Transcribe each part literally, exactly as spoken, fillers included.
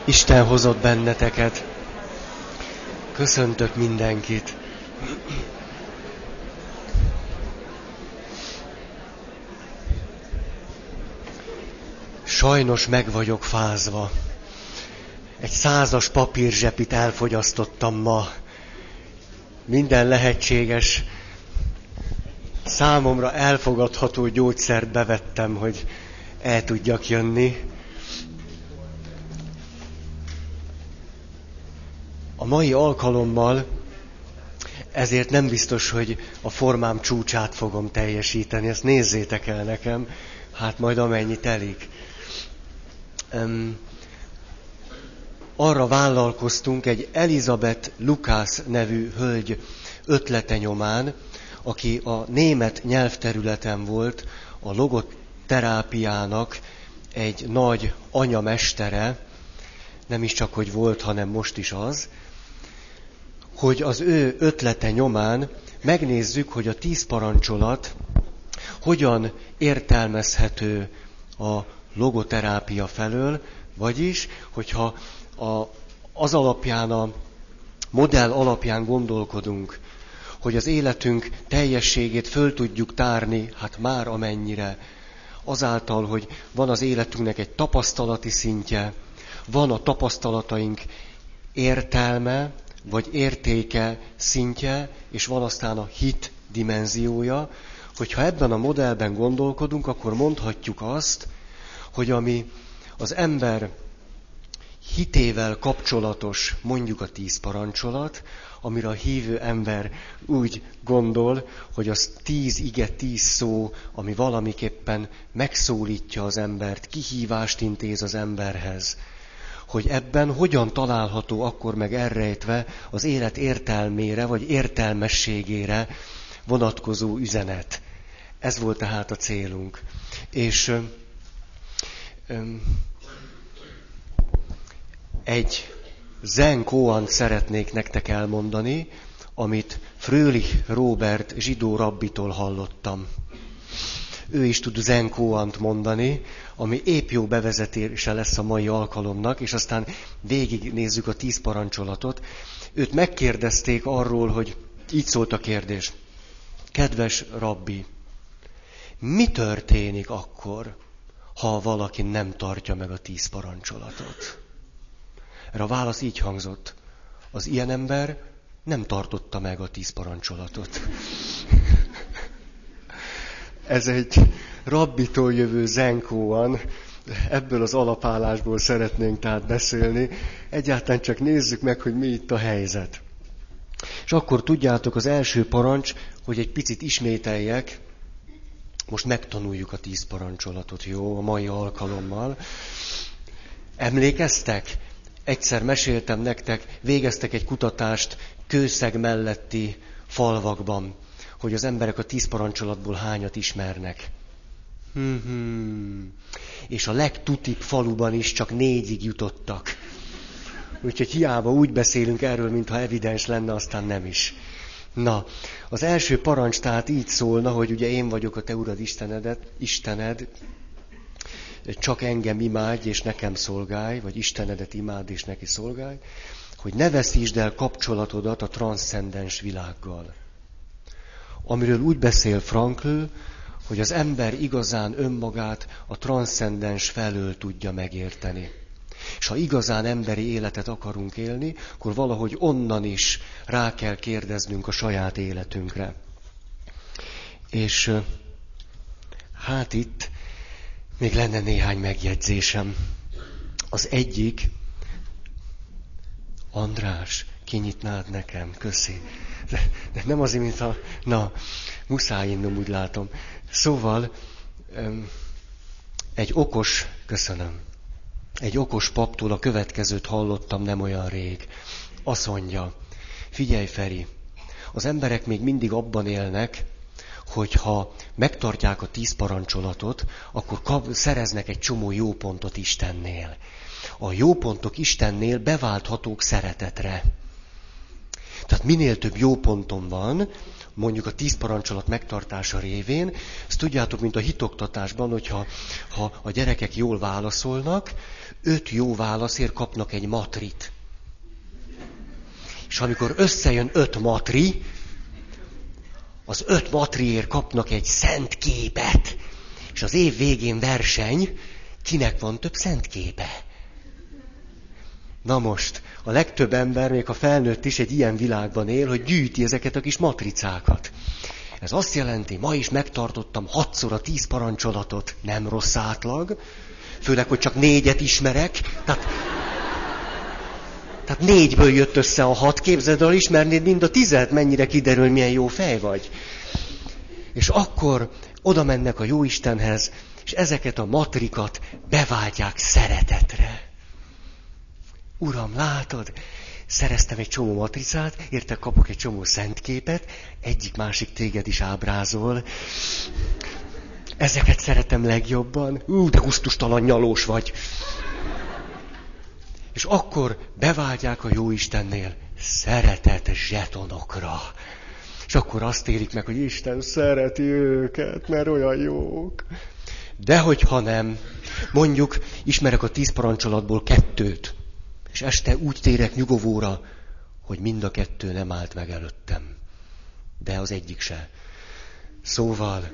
Isten hozott benneteket. Köszöntök mindenkit. Sajnos meg vagyok fázva. Egy százas papírzsepit elfogyasztottam ma. Minden lehetséges, számomra elfogadható gyógyszert bevettem, hogy el tudjak jönni. A mai alkalommal ezért nem biztos, hogy a formám csúcsát fogom teljesíteni. Ezt nézzétek el nekem, hát majd amennyit telik. Um, arra vállalkoztunk egy Elizabeth Lucas nevű hölgy ötlete nyomán, aki a német nyelvterületen volt a logoterápiának egy nagy anyamestere, nem is csak, hogy volt, hanem most is az, hogy az ő ötlete nyomán megnézzük, hogy a tíz parancsolat hogyan értelmezhető a logoterápia felől, vagyis, hogyha a, az alapján, a modell alapján gondolkodunk, hogy az életünk teljességét föl tudjuk tárni, hát már amennyire, azáltal, hogy van az életünknek egy tapasztalati szintje, van a tapasztalataink értelme, vagy értéke szintje, és van aztán a hit dimenziója, hogyha ebben a modellben gondolkodunk, akkor mondhatjuk azt, hogy ami az ember hitével kapcsolatos, mondjuk a tíz parancsolat, amire a hívő ember úgy gondol, hogy az tíz ige, tíz szó, ami valamiképpen megszólítja az embert, kihívást intéz az emberhez, hogy ebben hogyan található akkor meg elrejtve az élet értelmére, vagy értelmességére vonatkozó üzenet. Ez volt tehát a célunk. És öm, öm, egy zen koant szeretnék nektek elmondani, amit Fröhlich Róbert zsidó rabbitól hallottam. Ő is tud zen koant mondani, ami épp jó bevezetése lesz a mai alkalomnak, és aztán végignézzük a tíz parancsolatot. Őt megkérdezték arról, hogy így szólt a kérdés. Kedves rabbi, mi történik akkor, ha valaki nem tartja meg a tíz parancsolatot? Erre a válasz így hangzott. Az ilyen ember nem tartotta meg a tíz parancsolatot. Ez egy rabbitól jövő zen koan, ebből az alapállásból szeretnénk tehát beszélni. Egyáltalán csak nézzük meg, hogy mi itt a helyzet. És akkor tudjátok, az első parancs, hogy egy picit ismételjek, most megtanuljuk a tíz parancsolatot, jó, a mai alkalommal. Emlékeztek? Egyszer meséltem nektek, végeztek egy kutatást Kőszeg melletti falvakban, hogy az emberek a tíz parancsolatból hányat ismernek. Hmm. És a legtutibb faluban is csak négyig jutottak. Úgyhogy hiába úgy beszélünk erről, mintha evidens lenne, aztán nem is. Na, az első parancs tehát így szólna, hogy ugye én vagyok a te urad Istenedet, Istened, csak engem imádj és nekem szolgálj, vagy Istenedet imádd és neki szolgálj, hogy ne veszítsd el kapcsolatodat a transzcendens világgal. Amiről úgy beszél Frankl, hogy az ember igazán önmagát a transzcendens felől tudja megérteni. És ha igazán emberi életet akarunk élni, akkor valahogy onnan is rá kell kérdeznünk a saját életünkre. És hát itt még lenne néhány megjegyzésem. Az egyik, András, kinyitnád nekem, köszi. De, de nem azért, mintha, na, muszáj innom, úgy látom. Szóval, egy okos, köszönöm, egy okos paptól a következőt hallottam nem olyan rég. Azt mondja, figyelj Feri, az emberek még mindig abban élnek, hogyha megtartják a tíz parancsolatot, akkor kap, szereznek egy csomó jó pontot Istennél. A jó pontok Istennél beválthatók szeretetre. Tehát minél több jó pontom van, mondjuk a tíz parancsolat megtartása révén. Ezt tudjátok, mint a hitoktatásban, hogyha ha a gyerekek jól válaszolnak, öt jó válaszért kapnak egy matrit. És amikor összejön öt matri, az öt matriért kapnak egy szent képet. És az év végén verseny, kinek van több szent képe. Na most, a legtöbb ember, még a felnőtt is egy ilyen világban él, hogy gyűjti ezeket a kis matricákat. Ez azt jelenti, ma is megtartottam hatszor a tíz parancsolatot, nem rossz átlag, főleg, hogy csak négyet ismerek, tehát, tehát négyből jött össze a hat, képzeld el, ismernéd mind a tizet, mennyire kiderül, milyen jó fej vagy. És akkor oda mennek a Jóistenhez, és ezeket a matrikat beváltják szeretetre. Uram, látod, szereztem egy csomó matricát, érte kapok egy csomó szentképet, egyik-másik téged is ábrázol. Ezeket szeretem legjobban. Ú, de gusztustalan nyalós vagy. És akkor beváltják a Jóistennél szeretet zsetonokra. És akkor azt élik meg, hogy Isten szereti őket, mert olyan jók. De hogyha nem, mondjuk ismerek a tíz parancsolatból kettőt, és este úgy térek nyugovóra, hogy mind a kettő nem állt meg előttem. De az egyik se. Szóval,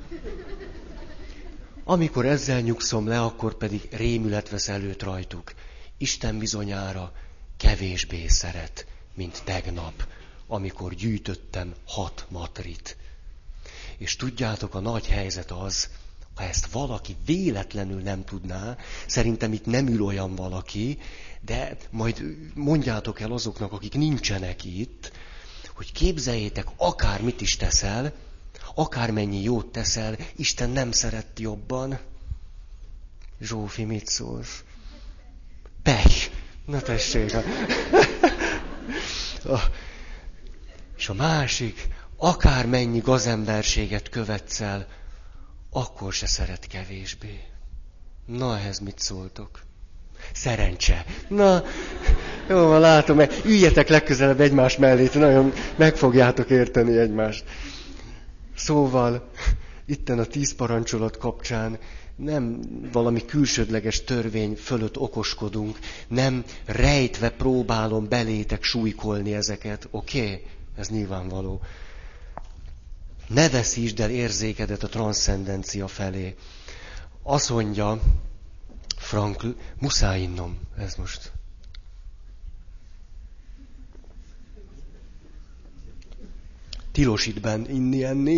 amikor ezzel nyugszom le, akkor pedig rémület vesz előtt rajtuk. Isten bizonyára kevésbé szeret, mint tegnap, amikor gyűjtöttem hat matrit. És tudjátok, a nagy helyzet az, ha ezt valaki véletlenül nem tudná, szerintem itt nem ül olyan valaki, de majd mondjátok el azoknak, akik nincsenek itt, hogy képzeljétek, akármit is teszel, akármennyi jót teszel, Isten nem szeret jobban. Zsófi, mit szólsz? Pech! Na tessék! És a másik, akármennyi gazemberséget követsz el, akkor se szeret kevésbé. Na, ehhez mit szóltok? Szerencse. Na, jó, van, látom, üljetek legközelebb egymás mellé, nagyon meg fogjátok érteni egymást. Szóval, itten a tíz parancsolat kapcsán nem valami külsődleges törvény fölött okoskodunk, nem rejtve próbálom belétek súlykolni ezeket, oké? Okay? Ez nyilvánvaló. Ne veszítsd el érzékedet a transzcendencia felé. Azt mondja Frankl, muszáj innom, ez most. Tilos itt benn inni, enni.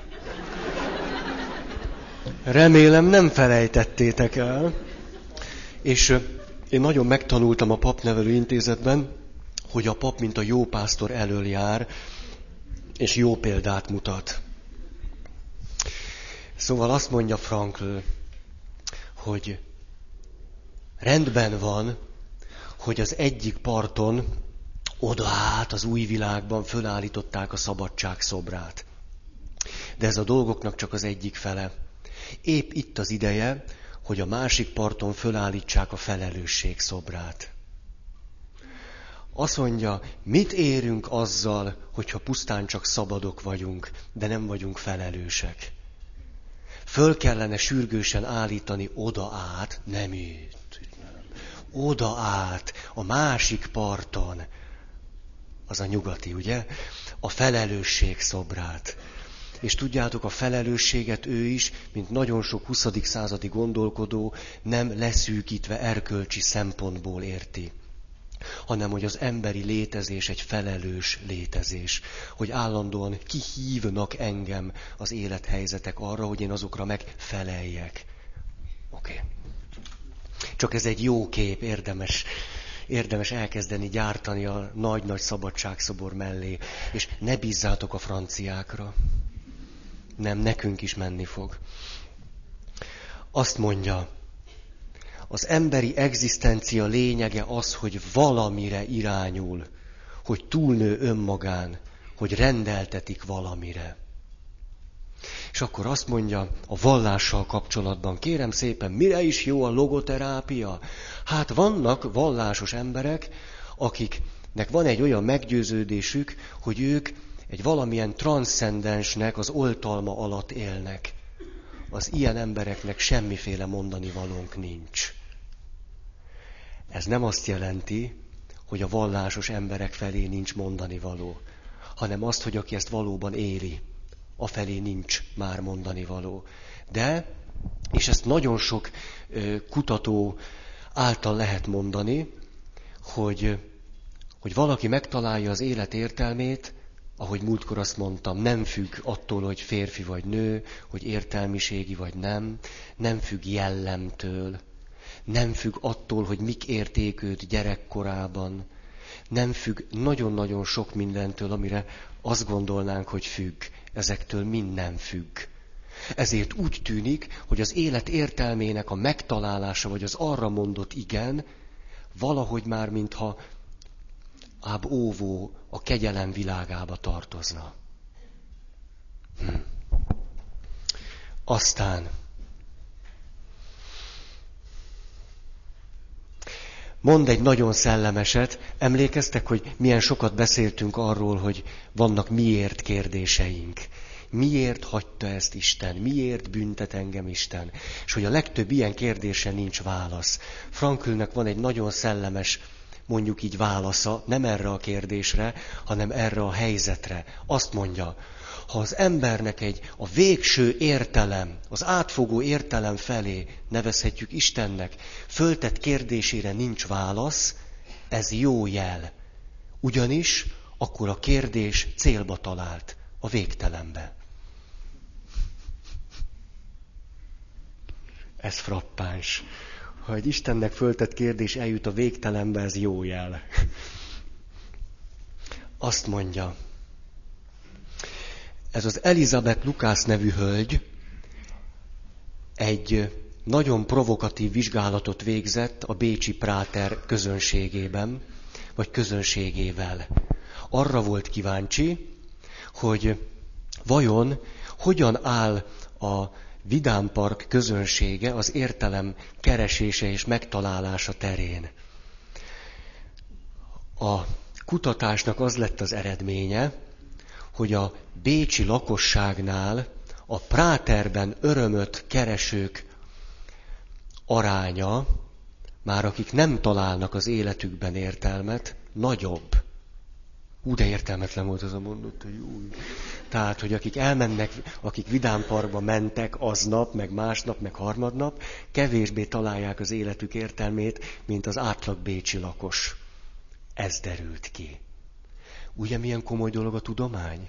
Remélem nem felejtettétek el. És én nagyon megtanultam a papnevelő intézetben, hogy a pap, mint a jó pásztor elől jár, és jó példát mutat. Szóval azt mondja Frankl, hogy rendben van, hogy az egyik parton oda át az új világban fölállították a szabadság szobrát. De ez a dolgoknak csak az egyik fele. Épp itt az ideje, hogy a másik parton fölállítsák a felelősség szobrát. Azt mondja, mit érünk azzal, hogyha pusztán csak szabadok vagyunk, de nem vagyunk felelősek. Föl kellene sürgősen állítani oda át, nem itt, nem. Oda át, a másik parton, az a nyugati, ugye? A felelősség szobrát. És tudjátok, a felelősséget ő is, mint nagyon sok huszadik századi gondolkodó, nem leszűkítve erkölcsi szempontból érti, hanem hogy az emberi létezés egy felelős létezés, hogy állandóan kihívnak engem az élethelyzetek arra, hogy én azokra megfeleljek. Oké. Okay. Csak ez egy jó kép, érdemes, érdemes elkezdeni gyártani a nagy-nagy szabadságszobor mellé, és ne bízzátok a franciákra. Nem, nekünk is menni fog. Azt mondja, az emberi egzisztencia lényege az, hogy valamire irányul, hogy túlnő önmagán, hogy rendeltetik valamire. És akkor azt mondja a vallással kapcsolatban, kérem szépen, mire is jó a logoterápia? Hát vannak vallásos emberek, akiknek van egy olyan meggyőződésük, hogy ők egy valamilyen transzcendensnek az oltalma alatt élnek. Az ilyen embereknek semmiféle mondani valónk nincs. Ez nem azt jelenti, hogy a vallásos emberek felé nincs mondani való, hanem azt, hogy aki ezt valóban éli, afelé nincs már mondani való. De, és ezt nagyon sok ö, kutató által lehet mondani, hogy, hogy valaki megtalálja az élet értelmét, ahogy múltkor azt mondtam, nem függ attól, hogy férfi vagy nő, hogy értelmiségi vagy nem, nem függ jellemtől, nem függ attól, hogy mik érték őt gyerekkorában, nem függ nagyon-nagyon sok mindentől, amire azt gondolnánk, hogy függ. Ezektől mind nem függ. Ezért úgy tűnik, hogy az élet értelmének a megtalálása, vagy az arra mondott igen, valahogy már mintha áb óvó a kegyelem világába tartozna. Hm. Aztán mond egy nagyon szellemeset. Emlékeztek, hogy milyen sokat beszéltünk arról, hogy vannak miért kérdéseink. Miért hagyta ezt Isten? Miért büntet engem Isten? És hogy a legtöbb ilyen kérdésre nincs válasz. Franklnek van egy nagyon szellemes, mondjuk így válasza, nem erre a kérdésre, hanem erre a helyzetre. Azt mondja, ha az embernek egy a végső értelem, az átfogó értelem felé nevezhetjük Istennek, föltett kérdésére nincs válasz, ez jó jel. Ugyanis akkor a kérdés célba talált, a végtelenbe. Ez frappáns. Ha egy Istennek föltett kérdés eljut a végtelenbe, ez jó jel. Azt mondja, ez az Elizabeth Lucas nevű hölgy egy nagyon provokatív vizsgálatot végzett a bécsi Práter közönségében, vagy közönségével. Arra volt kíváncsi, hogy vajon hogyan áll a Vidám Park közönsége az értelem keresése és megtalálása terén. A kutatásnak az lett az eredménye, hogy a bécsi lakosságnál a Práterben örömöt keresők aránya, már akik nem találnak az életükben értelmet, nagyobb. Ú, de értelmetlen volt az a mondat, hogy új. Tehát, hogy akik elmennek, akik Vidám Parkba mentek aznap, meg másnap, meg harmadnap, kevésbé találják az életük értelmét, mint az átlag bécsi lakos. Ez derült ki. Ugye milyen komoly dolog a tudomány?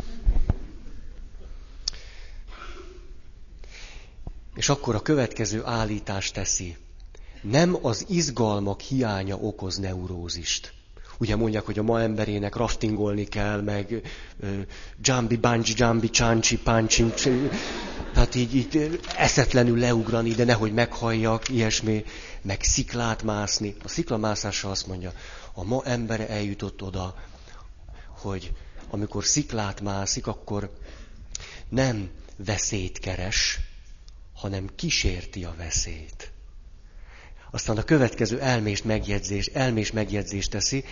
És akkor a következő állítást teszi. Nem az izgalmak hiánya okoz neurózist. Ugye mondják, hogy a ma emberének raftingolni kell, meg uh, jambi, bungee, jambi, csáncsi, páncsi, tehát így, így eszetlenül leugrani, de nehogy meghalljak, ilyesmi, meg sziklát mászni. A sziklamászásra azt mondja, a ma embere eljutott oda, hogy amikor sziklát mászik, akkor nem veszélyt keres, hanem kísérti a veszélyt. Aztán a következő elmés megjegyzés, elmés megjegyzést teszi.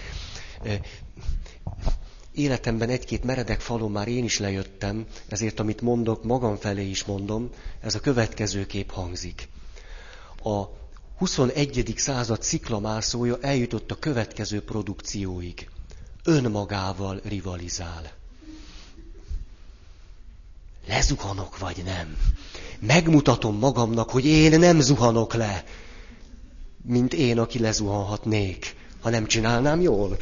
Életemben egy-két meredek falon már én is lejöttem, ezért amit mondok, magam felé is mondom, ez a következő kép hangzik. A huszonegyedik század sziklamászója eljutott a következő produkcióig. Önmagával rivalizál. Lezuhanok vagy nem? Megmutatom magamnak, hogy én nem zuhanok le, mint én, aki lezuhanhatnék, ha nem csinálnám jól.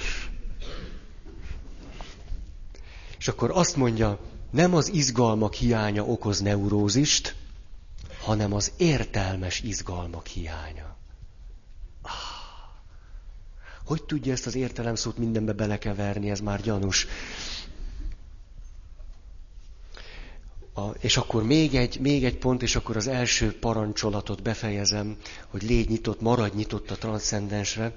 És akkor azt mondja, nem az izgalmak hiánya okoz neurózist, hanem az értelmes izgalmak hiánya. Ah, hogy tudja ezt az értelemszót mindenbe belekeverni, ez már gyanús. A, és akkor még egy, még egy pont, és akkor az első parancsolatot befejezem, hogy légy nyitott, maradj nyitott a transzcendensre.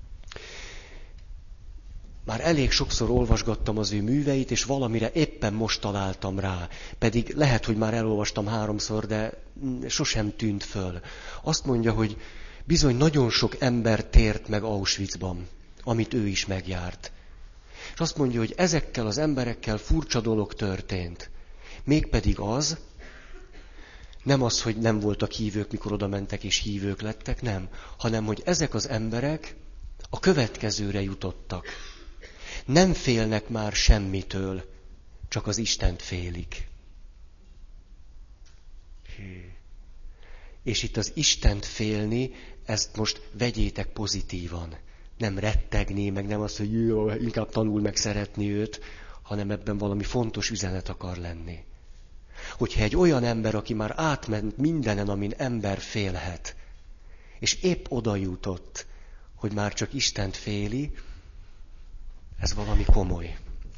Már elég sokszor olvasgattam az ő műveit, és valamire éppen most találtam rá. Pedig lehet, hogy már elolvastam háromszor, de sosem tűnt föl. Azt mondja, hogy bizony nagyon sok ember tért meg Auschwitzban, amit ő is megjárt. És azt mondja, hogy ezekkel az emberekkel furcsa dolog történt. Mégpedig az, nem az, hogy nem voltak hívők, mikor oda mentek és hívők lettek, nem, hanem hogy ezek az emberek a következőre jutottak. Nem félnek már semmitől, csak az Istent félik. És itt az Istent félni, ezt most vegyétek pozitívan. Nem rettegni, meg nem az, hogy jó, inkább tanul meg szeretni őt, hanem ebben valami fontos üzenet akar lenni. Hogyha egy olyan ember, aki már átment mindenen, amin ember félhet, és épp oda jutott, hogy már csak Istent féli, ez valami komoly.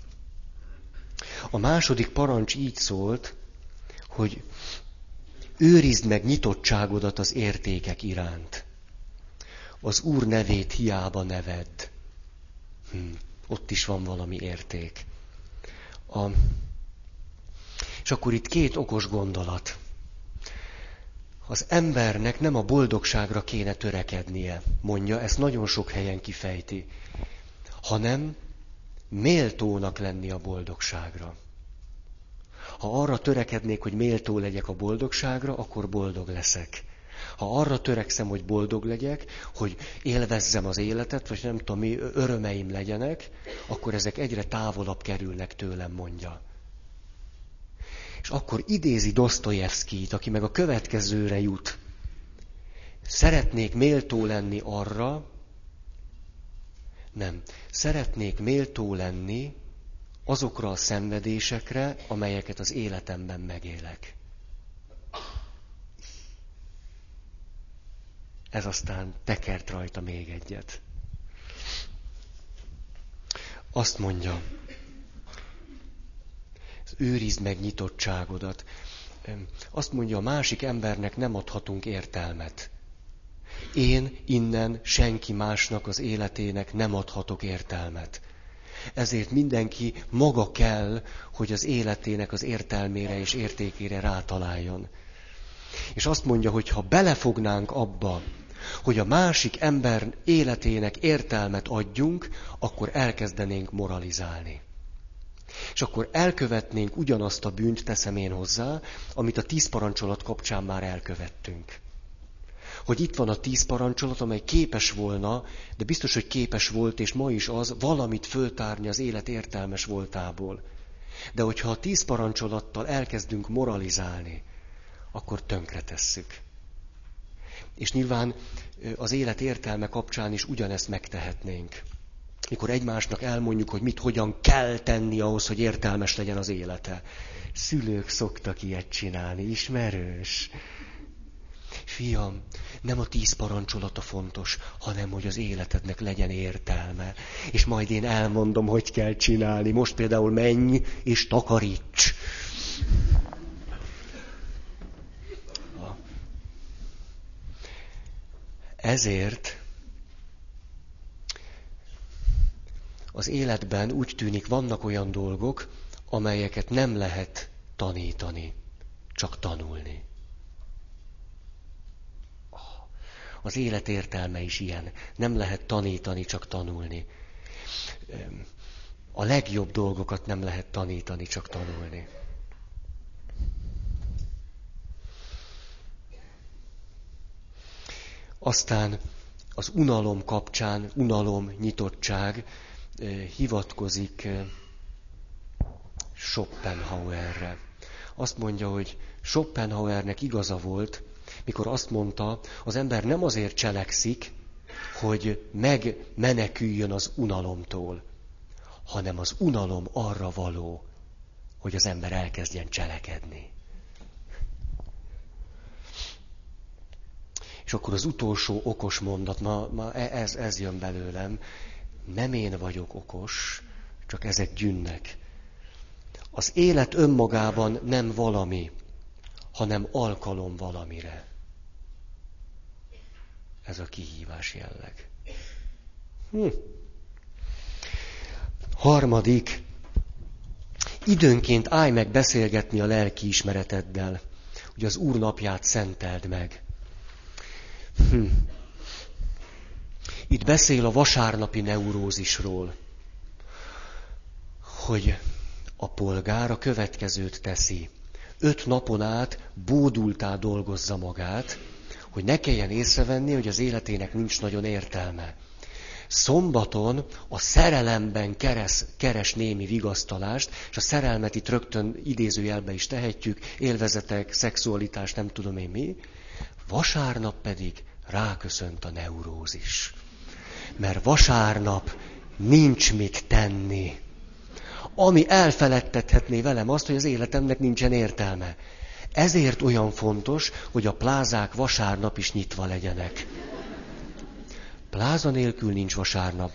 A második parancs így szólt, hogy őrizd meg nyitottságodat az értékek iránt. Az Úr nevét hiába nevedd. Hm, ott is van valami érték. A... És akkor itt két okos gondolat. Az embernek nem a boldogságra kéne törekednie, mondja, ezt nagyon sok helyen kifejti, hanem méltónak lenni a boldogságra. Ha arra törekednék, hogy méltó legyek a boldogságra, akkor boldog leszek. Ha arra törekszem, hogy boldog legyek, hogy élvezzem az életet, vagy nem tudom mi, örömeim legyenek, akkor ezek egyre távolabb kerülnek tőlem, mondja. És akkor idézi Dosztojevszkijt, aki meg a következőre jut. Szeretnék méltó lenni arra, nem, szeretnék méltó lenni azokra a szenvedésekre, amelyeket az életemben megélek. Ez aztán tekert rajta még egyet. Azt mondja, őrizd meg nyitottságodat. Azt mondja, a másik embernek nem adhatunk értelmet. Én innen senki másnak az életének nem adhatok értelmet. Ezért mindenki maga kell, hogy az életének az értelmére és értékére rátaláljon. És azt mondja, hogy ha belefognánk abba, hogy a másik ember életének értelmet adjunk, akkor elkezdenénk moralizálni. És akkor elkövetnénk ugyanazt a bűnt, teszem én hozzá, amit a tíz parancsolat kapcsán már elkövettünk. Hogy itt van a tíz parancsolat, amely képes volna, de biztos, hogy képes volt, és ma is az, valamit föltárni az élet értelmes voltából. De hogyha a tíz parancsolattal elkezdünk moralizálni, akkor tönkretesszük. És nyilván az élet értelme kapcsán is ugyanezt megtehetnénk. Mikor egymásnak elmondjuk, hogy mit hogyan kell tenni ahhoz, hogy értelmes legyen az élete. Szülők szoktak ilyet csinálni, ismerős. Fiam, nem a tíz parancsolata fontos, hanem hogy az életednek legyen értelme. És majd én elmondom, hogy kell csinálni. Most például menj és takaríts. Ezért az életben úgy tűnik, vannak olyan dolgok, amelyeket nem lehet tanítani, csak tanulni. Az élet értelme is ilyen. Nem lehet tanítani, csak tanulni. A legjobb dolgokat nem lehet tanítani, csak tanulni. Aztán az unalom kapcsán, unalom, nyitottság hivatkozik Schopenhauerre. Azt mondja, hogy Schopenhauernek igaza volt, mikor azt mondta, az ember nem azért cselekszik, hogy megmeneküljön az unalomtól, hanem az unalom arra való, hogy az ember elkezdjen cselekedni. És akkor az utolsó okos mondat, ma, ma ez, ez jön belőlem, nem én vagyok okos, csak ezek gyűnnek. Az élet önmagában nem valami, hanem alkalom valamire. Ez a kihívás jelleg. Hm. Harmadik, időnként állj meg beszélgetni a lelki ismereteddel, hogy az Úr napját szenteld meg. Hm. Itt beszél a vasárnapi neurózisról. hogy a polgár a következőt teszi. Öt napon át bódultá dolgozza magát, hogy ne kelljen észrevenni, hogy az életének nincs nagyon értelme. Szombaton a szerelemben keres, keres némi vigasztalást, és a szerelmet itt rögtön idézőjelbe is tehetjük, élvezetek, szexualitás, nem tudom én mi. Vasárnap pedig ráköszönt a neurózis. Mert vasárnap nincs mit tenni. Ami elfeledtethetné velem azt, hogy az életemnek nincsen értelme. Ezért olyan fontos, hogy a plázák vasárnap is nyitva legyenek. Pláza nélkül nincs vasárnap.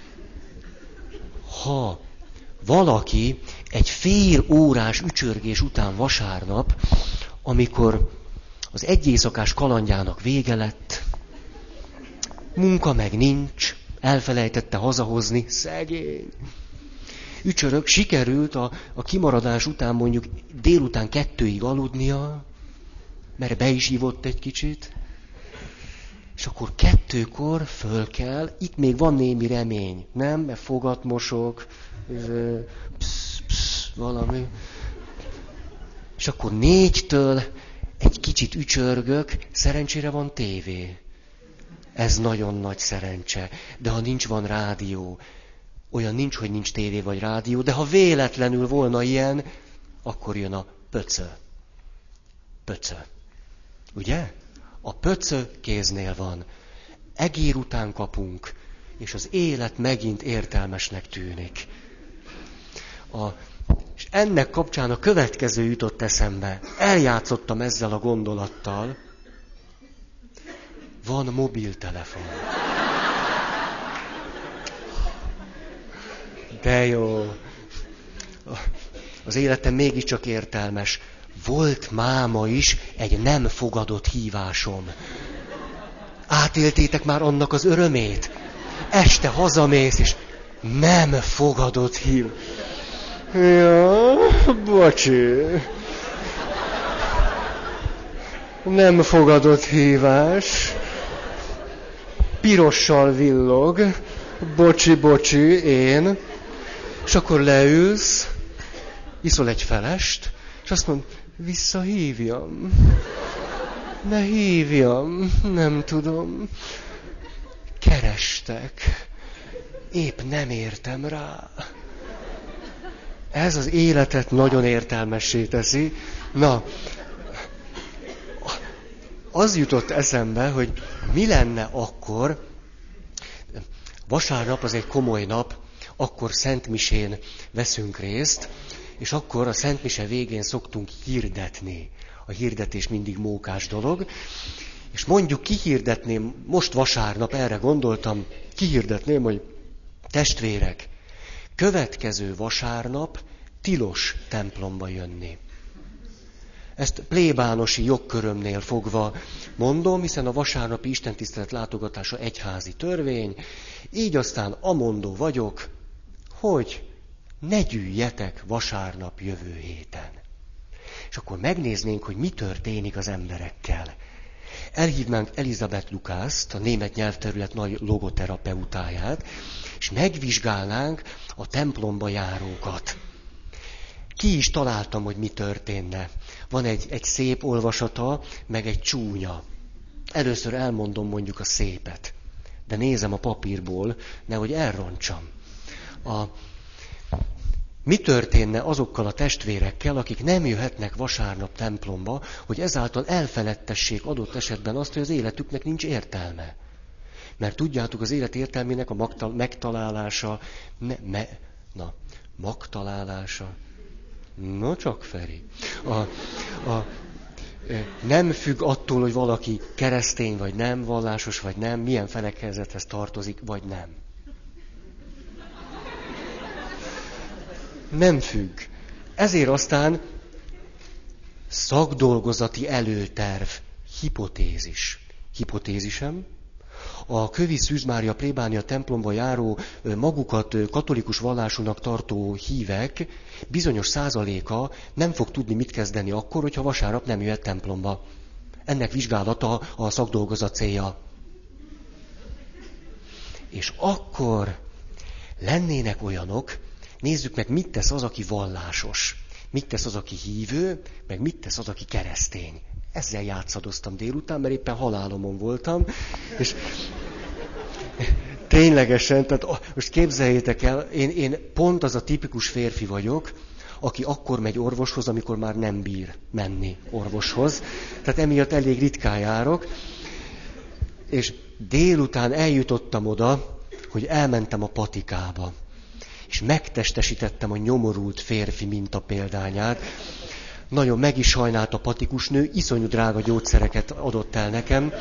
Ha valaki egy fél órás ücsörgés után vasárnap, amikor az egy éjszakás kalandjának vége lett, munka meg nincs, elfelejtette hazahozni, szegény. Ücsörög, sikerült a, a kimaradás után mondjuk délután kettőig aludnia, mert be is ivott egy kicsit, és akkor kettőkor föl kell, itt még van némi remény, nem? Mert fogat mosok, psz, psz, valami. És akkor négytől egy kicsit ücsörgök, szerencsére van tévé. Ez nagyon nagy szerencse. De ha nincs, van rádió. Olyan nincs, hogy nincs tévé vagy rádió, de ha véletlenül volna ilyen, akkor jön a pöcö. Pöcö. Ugye? A pöcö kéznél van. Egér után kapunk, és az élet megint értelmesnek tűnik. A, és ennek kapcsán a következő jutott eszembe. Eljátszottam ezzel a gondolattal. Van mobiltelefon. De jó. Az életem mégiscsak értelmes. Volt máma is egy nem fogadott hívásom. Átéltétek már annak az örömét? Este hazamész, és nem fogadott hív. Ja, bocsi. Nem fogadott hívás. Pirossal villog. Bocsi, bocsi, én. És akkor leülsz, iszol egy felest, és azt mondod, visszahívjam. Ne hívjam, nem tudom. Kerestek. Épp nem értem rá. Ez az életet nagyon értelmessé teszi. Na, az jutott eszembe, hogy mi lenne akkor, vasárnap az egy komoly nap, akkor szentmisén veszünk részt, és akkor a szentmise végén szoktunk hirdetni. A hirdetés mindig mókás dolog. És mondjuk kihirdetném, most vasárnap erre gondoltam, kihirdetném, hogy testvérek, következő vasárnap tilos templomba jönni. Ezt plébánosi jogkörömnél fogva mondom, hiszen a vasárnapi istentisztelet látogatása egyházi törvény, így aztán amondó vagyok, hogy ne gyűjjetek vasárnap jövő héten. És akkor megnéznénk, hogy mi történik az emberekkel. Elhívnánk Elizabeth Lucaszt, a német nyelvterület nagy logoterapeutáját, és megvizsgálnánk a templomba járókat. Ki is találtam, hogy mi történne. Van egy, egy szép olvasata, meg egy csúnya. Először elmondom mondjuk a szépet, de nézem a papírból, nehogy elrontsam. A, mi történne azokkal a testvérekkel, akik nem jöhetnek vasárnap templomba, hogy ezáltal elfeledtessék adott esetben azt, hogy az életüknek nincs értelme. Mert tudjátok, az élet értelmének a magtal- megtalálása, ne, me, na, magtalálása, no csak Feri, a, a, nem függ attól, hogy valaki keresztény vagy nem, vallásos vagy nem, milyen felekezethez tartozik, vagy nem. Nem függ. Ezért aztán szakdolgozati előterv, hipotézis. Hipotézisem, a Kövi Szűz Mária plébánia templomba járó, magukat katolikus vallásúnak tartó hívek bizonyos százaléka nem fog tudni mit kezdeni akkor, hogyha vasárnap nem jöhet templomba. Ennek vizsgálata a szakdolgozat célja. És akkor lennének olyanok, Nézzük meg, mit tesz az, aki vallásos. Mit tesz az, aki hívő, meg mit tesz az, aki keresztény. Ezzel játszadoztam délután, mert éppen halálomon voltam, és ténylegesen, tehát most képzeljétek el, én, én pont az a tipikus férfi vagyok, aki akkor megy orvoshoz, amikor már nem bír menni orvoshoz. Tehát emiatt elég ritkán járok. És délután eljutottam oda, hogy elmentem a patikába. És megtestesítettem a nyomorult férfi mintapéldányát. Nagyon meg is sajnált a patikusnő, iszonyú drága gyógyszereket adott el nekem.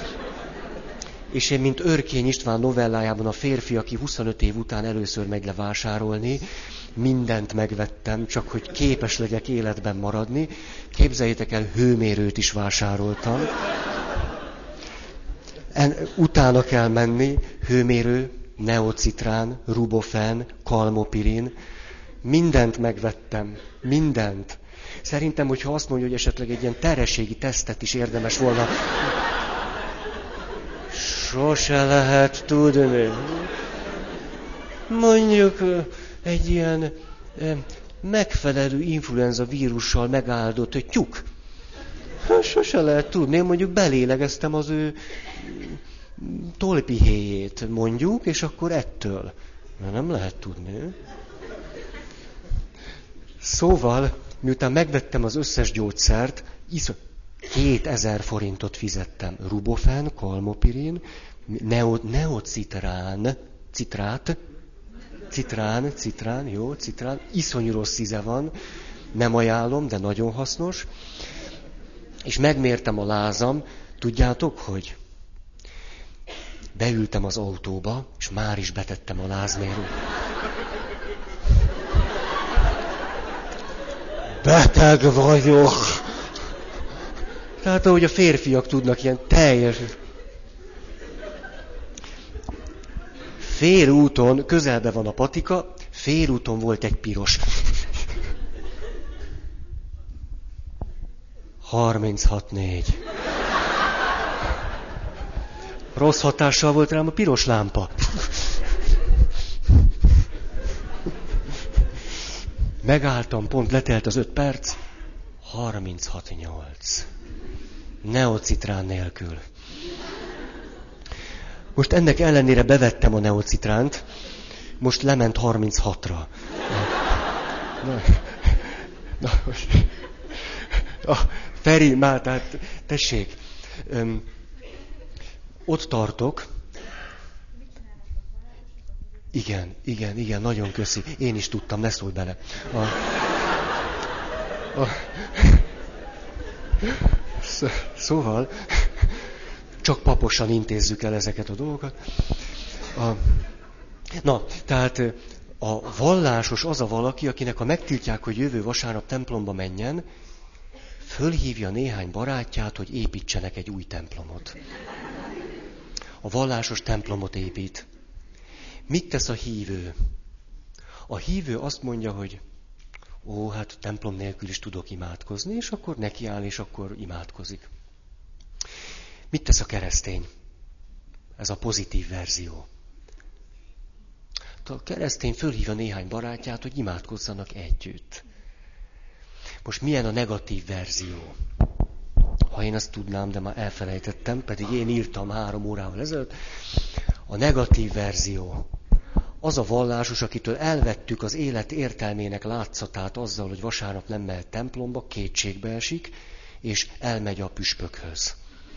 És én, mint Örkény István novellájában a férfi, aki huszonöt év után először megy le vásárolni, mindent megvettem, csak hogy képes legyek életben maradni. Képzeljétek el, hőmérőt is vásároltam. En, utána kell menni, hőmérő, neocitrán, rubofen, kalmopirin. Mindent megvettem, mindent. Szerintem, hogyha azt mondja, hogy esetleg egy ilyen terhességi tesztet is érdemes volna... Sose lehet tudni. Mondjuk egy ilyen megfelelő influenza vírussal megáldott tyúk. Sose lehet tudni. Én mondjuk belélegeztem az ő tolpihéjét, mondjuk, és akkor ettől. Mert nem lehet tudni. Szóval, miután megvettem az összes gyógyszert, iszony... kétezer forintot fizettem. Rubofen, kalmopirin, neo, neocitrán, citrát, citrán, citrán, jó, citrán, iszonyú rossz íze van, nem ajánlom, de nagyon hasznos. És megmértem a lázam, tudjátok, hogy beültem az autóba, és már is betettem a lázmérőt. Beteg vagyok! Tehát ahogy a férfiak tudnak ilyen teljes... Félúton, közelben van a patika, félúton volt egy piros. harminchat négy. Rossz hatással volt rám a piros lámpa. Megálltam, pont letelt az öt perc. harminchat nyolc. Neocitrán nélkül. Most ennek ellenére bevettem a neocitránt, most lement harminchatra. Na, na most... Ah, Feri, már, tehát, tessék, öm, ott tartok. Igen, igen, igen, nagyon köszi. Én is tudtam, ne szólj bele. A, a, szóval, csak paposan intézzük el ezeket a dolgokat. A, na, tehát a vallásos az a valaki, akinek ha megtiltják, hogy jövő vasárnap templomba menjen, fölhívja néhány barátját, hogy építsenek egy új templomot. A vallásos templomot épít. Mit tesz a hívő? A hívő azt mondja, hogy ó, hát templom nélkül is tudok imádkozni, és akkor nekiáll, és akkor imádkozik. Mit tesz a keresztény? Ez a pozitív verzió. A keresztény fölhívja néhány barátját, hogy imádkozzanak együtt. Most milyen a negatív verzió? Ha én azt tudnám, de már elfelejtettem, pedig én írtam három órával ezelőtt. A negatív verzió. Az a vallásos, akitől elvettük az élet értelmének látszatát azzal, hogy vasárnap nem mehet templomba, kétségbe esik, és elmegy a püspökhöz.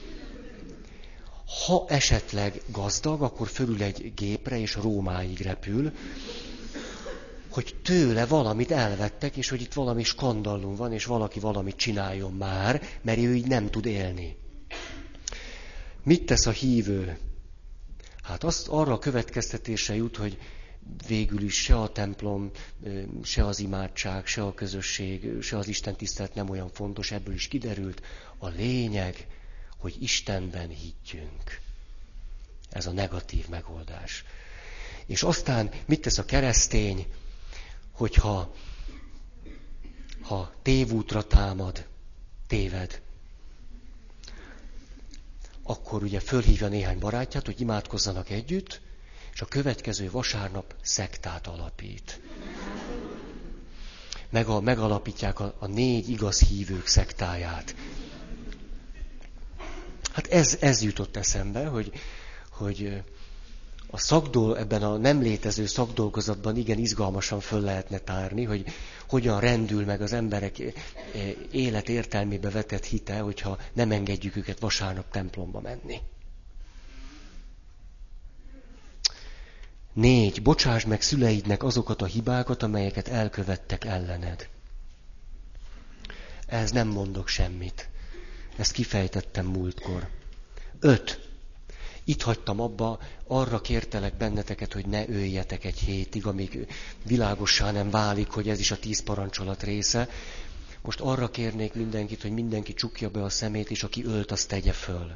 Ha esetleg gazdag, akkor fölül egy gépre, és Rómáig repül, hogy tőle valamit elvettek, és hogy itt valami skandallum van, és valaki valamit csináljon már, mert ő így nem tud élni. Mit tesz a hívő? Hát azt arra a következtetésre jut, hogy végül is se a templom, se az imádság, se a közösség, se az Isten tisztelet nem olyan fontos, ebből is kiderült. A lényeg, hogy Istenben higgyünk. Ez a negatív megoldás. És aztán mit tesz a keresztény, hogyha ha tévútra támad, téved, akkor ugye fölhívja néhány barátját, hogy imádkozzanak együtt, és a következő vasárnap szektát alapít. meg a, megalapítják a, a négy igaz hívők szektáját. Hát ez, ez jutott eszembe, hogy, hogy a szakdol, ebben a nem létező szakdolgozatban igen izgalmasan föl lehetne tárni, hogy hogyan rendül meg az emberek élet értelmébe vetett hite, hogyha nem engedjük őket vasárnap templomba menni. Négy. Bocsásd meg szüleidnek azokat a hibákat, amelyeket elkövettek ellened. Ehhez nem mondok semmit. Ezt kifejtettem múltkor. Öt. Itt hagytam abba, arra kértelek benneteket, hogy ne öljetek egy hétig, amíg világossá nem válik, hogy ez is a tíz parancsolat része. Most arra kérnék mindenkit, hogy mindenki csukja be a szemét, és aki ölt, azt tegye föl.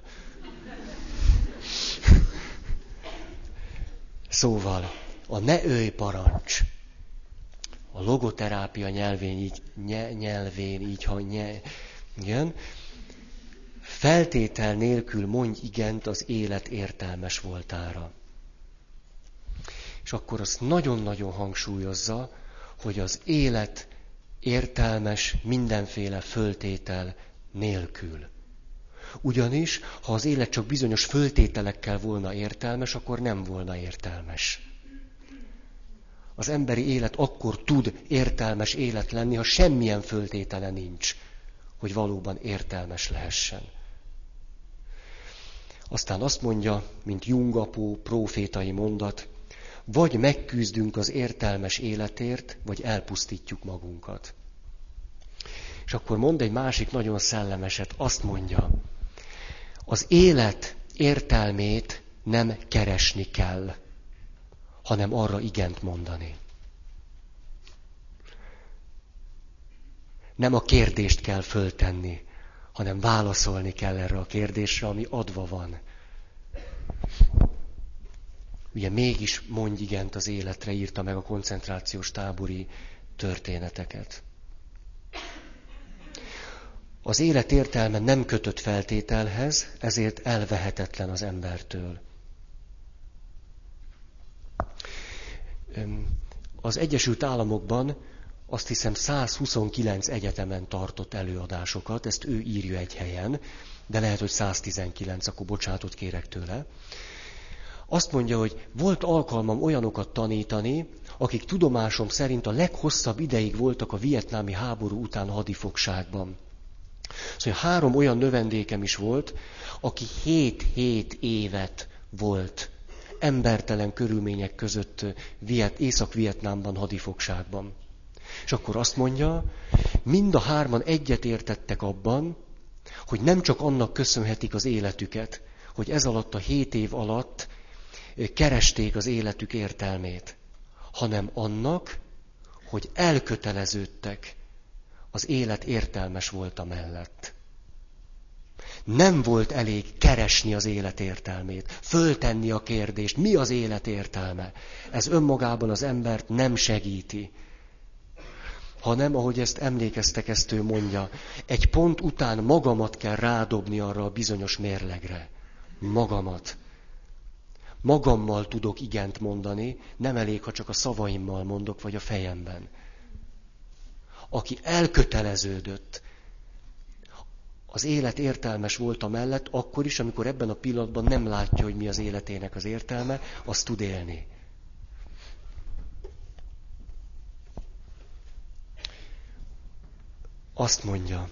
Szóval, a ne ölj parancs. A logoterápia nyelvén így, nye, nyelvén így, ha nye, igen. Feltétel nélkül mondj igent az élet értelmes voltára. És akkor azt nagyon-nagyon hangsúlyozza, hogy az élet értelmes mindenféle föltétel nélkül. Ugyanis, ha az élet csak bizonyos föltételekkel volna értelmes, akkor nem volna értelmes. Az emberi élet akkor tud értelmes élet lenni, ha semmilyen föltétele nincs, hogy valóban értelmes lehessen. Aztán azt mondja, mint Jung apó prófétai mondat, vagy megküzdünk az értelmes életért, vagy elpusztítjuk magunkat. És akkor mond egy másik nagyon szellemeset, azt mondja, az élet értelmét nem keresni kell, hanem arra igent mondani. Nem a kérdést kell föltenni, hanem válaszolni kell erre a kérdésre, ami adva van. Ugye mégis mondj igent az életre, írta meg a koncentrációs tábori történeteket. Az élet értelme nem kötött feltételhez, ezért elvehetetlen az embertől. Az Egyesült Államokban azt hiszem száz huszonkilenc egyetemen tartott előadásokat, ezt ő írja egy helyen, de lehet, hogy száz tizenkilenc, akkor bocsánatot kérek tőle. Azt mondja, hogy volt alkalmam olyanokat tanítani, akik tudomásom szerint a leghosszabb ideig voltak a vietnámi háború után hadifogságban. Szóval három olyan növendékem is volt, aki hét-hét évet volt embertelen körülmények között Viet, Észak-Vietnámban hadifogságban. És akkor azt mondja, mind a hárman egyetértettek abban, hogy nem csak annak köszönhetik az életüket, hogy ez alatt a hét év alatt keresték az életük értelmét, hanem annak, hogy elköteleződtek az élet értelmes volta mellett. Nem volt elég keresni az élet értelmét, föltenni a kérdést, mi az élet értelme. Ez önmagában az embert nem segíti. Hanem, ahogy ezt emlékeztek, ezt ő mondja, egy pont után magamat kell rádobni arra a bizonyos mérlegre. Magamat. Magammal tudok igent mondani, nem elég, ha csak a szavaimmal mondok, vagy a fejemben. Aki elköteleződött, az élet értelmes volt a mellett, akkor is, amikor ebben a pillanatban nem látja, hogy mi az életének az értelme, azt tud élni. Azt mondja,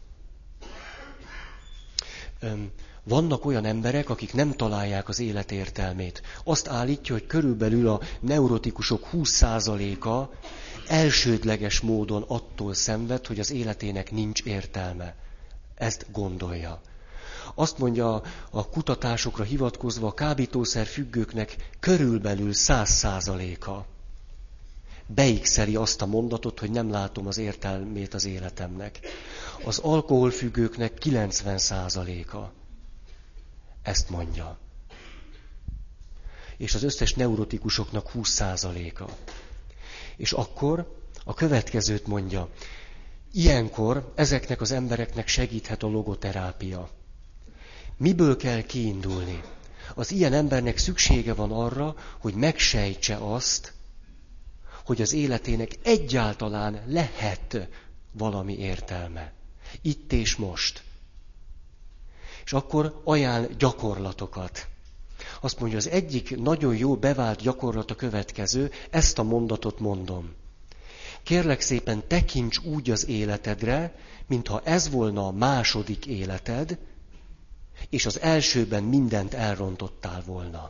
vannak olyan emberek, akik nem találják az élet értelmét. Azt állítja, hogy körülbelül a neurotikusok húsz százaléka elsődleges módon attól szenved, hogy az életének nincs értelme. Ezt gondolja. Azt mondja a kutatásokra hivatkozva, a kábítószer függőknek körülbelül száz százaléka beikszeli azt a mondatot, hogy nem látom az értelmét az életemnek. Az alkoholfüggőknek kilencven százaléka ezt mondja. És az összes neurotikusoknak húsz százaléka. És akkor a következőt mondja. Ilyenkor ezeknek az embereknek segíthet a logoterápia. Miből kell kiindulni? Az ilyen embernek szüksége van arra, hogy megsejtse azt, hogy az életének egyáltalán lehet valami értelme. Itt és most. És akkor ajánl gyakorlatokat. Azt mondja, az egyik nagyon jó bevált gyakorlat a következő, ezt a mondatot mondom. Kérlek szépen, tekints úgy az életedre, mintha ez volna a második életed, és az elsőben mindent elrontottál volna.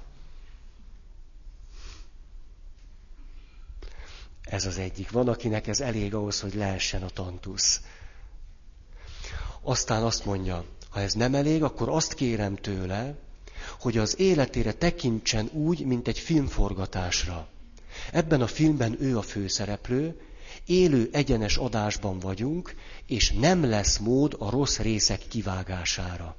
Ez az egyik. Van, akinek ez elég ahhoz, hogy leessen a tantusz. Aztán azt mondja, ha ez nem elég, akkor azt kérem tőle, hogy az életére tekintsen úgy, mint egy filmforgatásra. Ebben a filmben ő a főszereplő, élő egyenes adásban vagyunk, és nem lesz mód a rossz részek kivágására.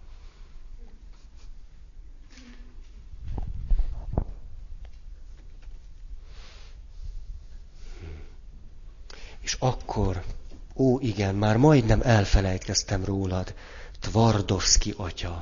És akkor, ó igen, már majdnem elfelejtkeztem rólad, Tvardovszky atya.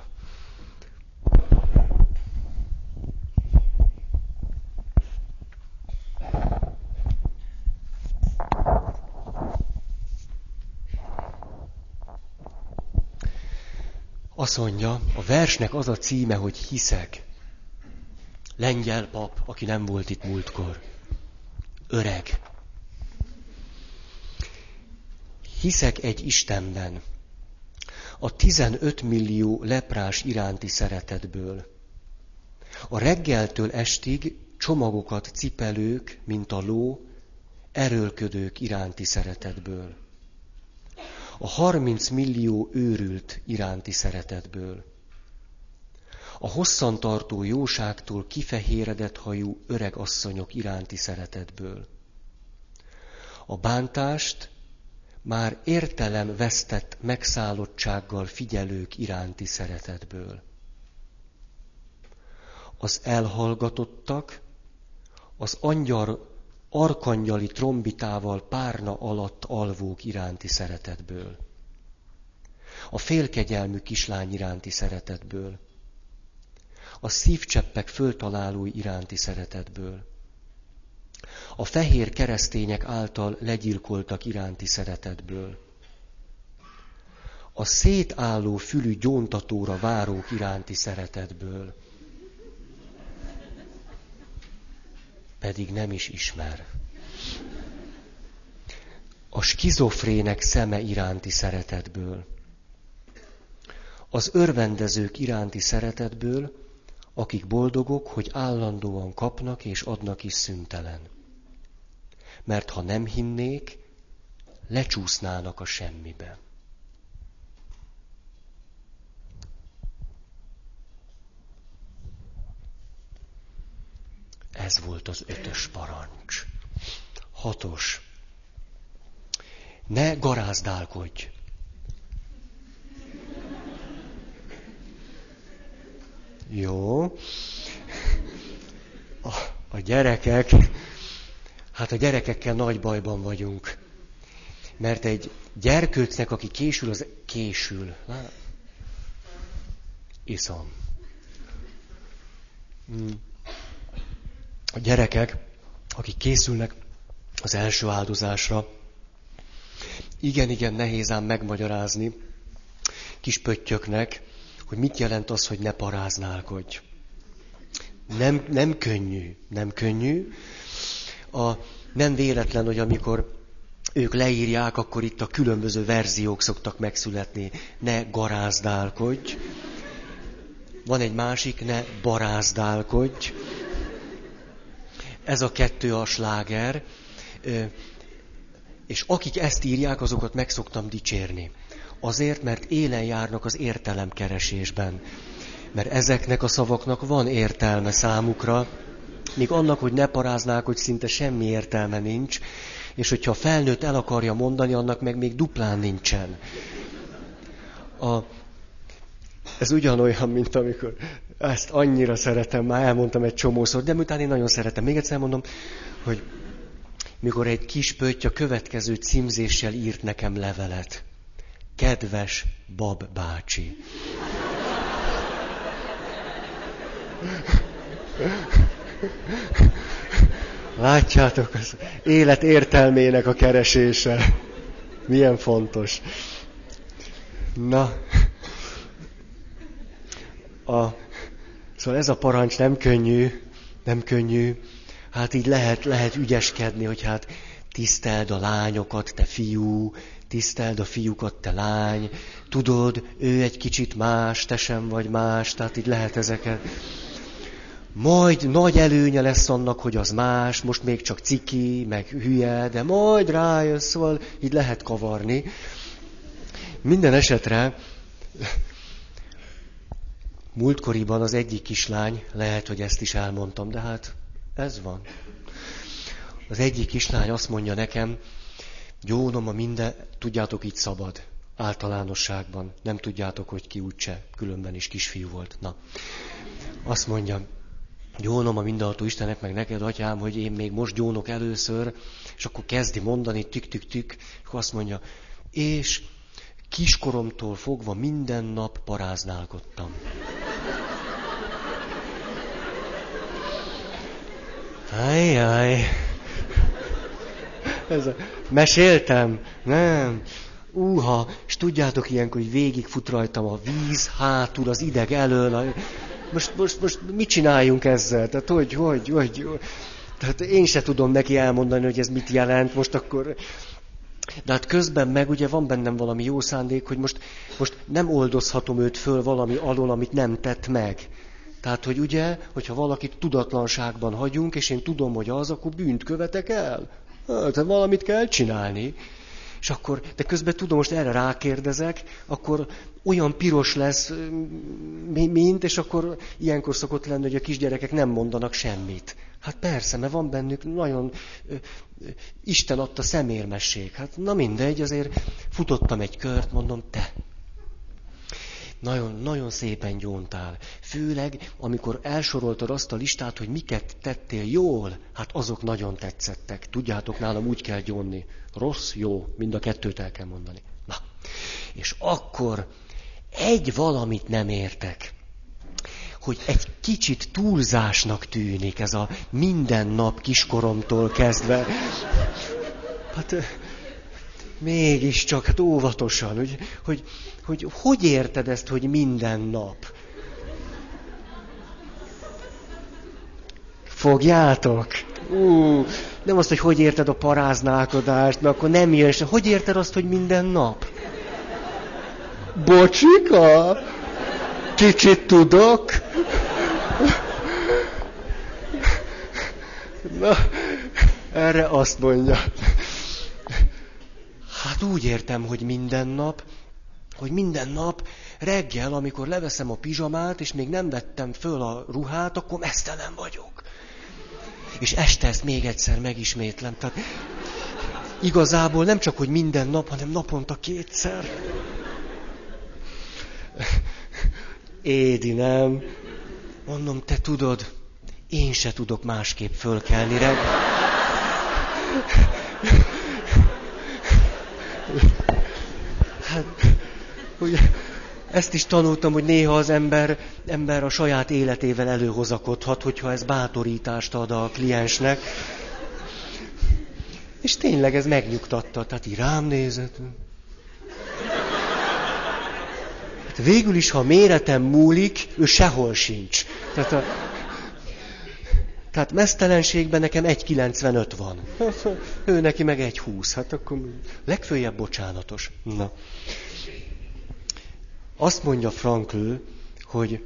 Azt mondja, a versnek az a címe, hogy hiszek. Lengyel pap, aki nem volt itt múltkor. Öreg. Hiszek egy Istenben. A tizenöt millió leprás iránti szeretetből. A reggeltől estig csomagokat cipelők, mint a ló, erőlködők iránti szeretetből. A harminc millió őrült iránti szeretetből. A hosszantartó jóságtól kifehéredett hajú öreg asszonyok iránti szeretetből. A bántást már értelem vesztett megszállottsággal figyelők iránti szeretetből. Az elhallgatottak, az angyal arkangyali trombitával párna alatt alvók iránti szeretetből. A félkegyelmű kislány iránti szeretetből. A szívcseppek föltalálói iránti szeretetből. A fehér keresztények által legyilkoltak iránti szeretetből. A szétálló fülű gyóntatóra várók iránti szeretetből. Pedig nem is ismer. A skizofrének szeme iránti szeretetből. Az örvendezők iránti szeretetből, akik boldogok, hogy állandóan kapnak és adnak is szüntelen. Mert ha nem hinnék, lecsúsznának a semmibe. Ez volt az ötös parancs. Hatos. Ne garázdálkodj. Jó. A, a gyerekek, hát a gyerekekkel nagy bajban vagyunk. Mert egy gyerkőcnek, aki késül, az késül. Iszom. Hmm. A gyerekek, akik készülnek az első áldozásra, igen-igen nehéz ám megmagyarázni kis pöttyöknek, hogy mit jelent az, hogy ne paráználkodj. Nem, nem könnyű, nem könnyű. A, nem véletlen, hogy amikor ők leírják, akkor itt a különböző verziók szoktak megszületni. Ne garázdálkodj. Van egy másik, ne barázdálkodj. Ez a kettő a sláger. És akik ezt írják, azokat meg szoktam dicsérni. Azért, mert élen járnak az értelemkeresésben. Mert ezeknek a szavaknak van értelme számukra, míg annak, hogy ne paráznák, hogy szinte semmi értelme nincs, és hogyha a felnőtt el akarja mondani, annak meg még duplán nincsen. A, ez ugyanolyan, mint amikor ezt annyira szeretem, már elmondtam egy csomószor, de miután én nagyon szeretem. Még egyszer mondom, hogy mikor egy kis pötty a következő címzéssel írt nekem levelet. Kedves Bab bácsi. Látjátok, az élet értelmének a keresése. Milyen fontos. Na, a, szóval ez a parancs nem könnyű, nem könnyű. Hát így lehet, lehet ügyeskedni, hogy hát tiszteld a lányokat, te fiú, tiszteld a fiúkat, te lány. Tudod, ő egy kicsit más, te sem vagy más, tehát így lehet ezeket. Majd nagy előnye lesz annak, hogy az más, most még csak ciki, meg hülye, de majd rájössz, szóval így lehet kavarni. Minden esetre múltkoriban az egyik kislány, lehet, hogy ezt is elmondtam, de hát ez van. Az egyik kislány azt mondja nekem, gyónom a minden, tudjátok, így szabad, általánosságban, nem tudjátok, hogy ki úgyse, különben is kisfiú volt. Na, azt mondja, gyónom a mindenható Istennek, meg neked, atyám, hogy én még most gyónok először, és akkor kezdi mondani, tük-tük-tük, és akkor azt mondja, és kiskoromtól fogva minden nap paráználkodtam. Ajjaj. Ez a... Meséltem? Nem. Úha, és tudjátok ilyenkor, hogy végigfut rajtam a víz hátul, az ideg elől. A... Most, most, most mit csináljunk ezzel? Tehát hogy, hogy, hogy... Tehát én se tudom neki elmondani, hogy ez mit jelent. Most akkor... De hát közben meg ugye van bennem valami jó szándék, hogy most, most nem oldozhatom őt föl valami alól, amit nem tett meg. Tehát, hogy ugye, hogyha valakit tudatlanságban hagyunk, és én tudom, hogy az, akkor bűnt követek el. Hát, valamit kell csinálni. És akkor, de közben tudom, most erre rákérdezek, akkor olyan piros lesz, mint, és akkor ilyenkor szokott lenni, hogy a kisgyerekek nem mondanak semmit. Hát persze, mert van bennük nagyon ö, ö, Isten adta szemérmesség. Hát na mindegy, azért futottam egy kört, mondom, te. Nagyon, nagyon szépen gyóntál. Főleg, amikor elsoroltad azt a listát, hogy miket tettél jól, hát azok nagyon tetszettek. Tudjátok, nálam úgy kell gyónni. Rossz, jó, mind a kettőt el kell mondani. Na, és akkor egy valamit nem értek, hogy egy kicsit túlzásnak tűnik ez a minden nap kiskoromtól kezdve. Hát mégiscsak, hát óvatosan, hogy hogy, hogy hogy érted ezt, hogy minden nap? Fogjátok? Ú, nem azt, hogy hogy érted a paráználkodást, mert akkor nem jön, és hogy érted azt, hogy minden nap? Bocsika? Kicsit tudok? Na, erre azt mondja. Hát úgy értem, hogy minden nap, hogy minden nap reggel, amikor leveszem a pizsamát, és még nem vettem föl a ruhát, akkor meztelen vagyok. És este ezt még egyszer megismétlem. Tehát igazából nem csak, hogy minden nap, hanem naponta kétszer. Édi, nem? Mondom, te tudod, én se tudok másképp fölkelni reggel. Hát, ugye, ezt is tanultam, hogy néha az ember, ember a saját életével előhozakodhat, hogyha ez bátorítást ad a kliensnek. És tényleg ez megnyugtatta, tehát így rám nézett. Hát végül is, ha méretem múlik, ő sehol sincs. Tehát, a, tehát meztelenségben nekem egy kilencvenöt van. Ő neki meg egy húsz. Hát akkor legfőjebb bocsánatos. Na. Azt mondja Frankl, hogy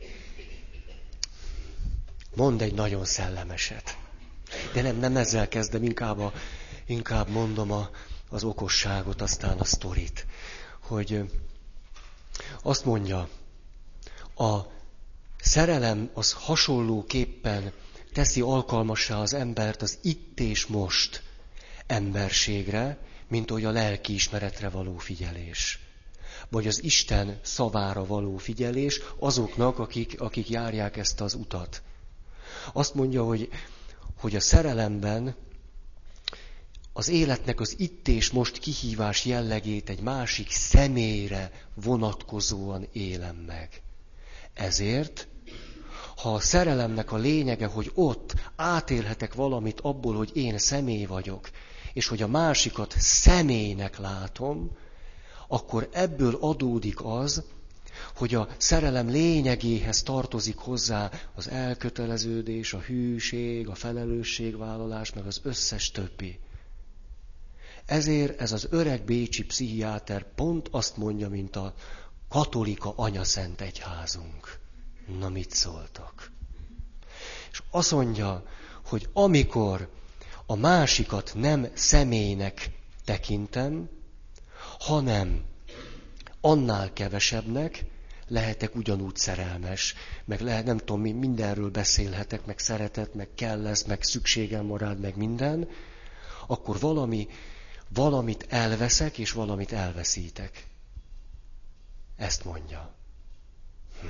mond egy nagyon szellemeset. De nem, nem ezzel kezdem, inkább, a, inkább mondom a, az okosságot, aztán a sztorit. Hogy azt mondja, a szerelem az hasonlóképpen teszi alkalmassá az embert az itt és most emberségre, mint hogy a lelkiismeretre való figyelés. Vagy az Isten szavára való figyelés azoknak, akik, akik járják ezt az utat. Azt mondja, hogy, hogy a szerelemben az életnek az itt és most kihívás jellegét egy másik személyre vonatkozóan élem meg. Ezért Ha a szerelemnek a lényege, hogy ott átélhetek valamit abból, hogy én személy vagyok, és hogy a másikat személynek látom, akkor ebből adódik az, hogy a szerelem lényegéhez tartozik hozzá az elköteleződés, a hűség, a felelősségvállalás, meg az összes többi. Ezért ez az öreg bécsi pszichiáter pont azt mondja, mint a katolika anyaszent egyházunk. Na, mit szóltak? És azt mondja, hogy amikor a másikat nem személynek tekintem, hanem annál kevesebbnek, lehetek ugyanúgy szerelmes, meg lehet, nem tudom, mindenről beszélhetek, meg szeretet, meg kell lesz, meg szükségem van rád, meg minden, akkor valami, valamit elveszek, és valamit elveszítek. Ezt mondja. Hm.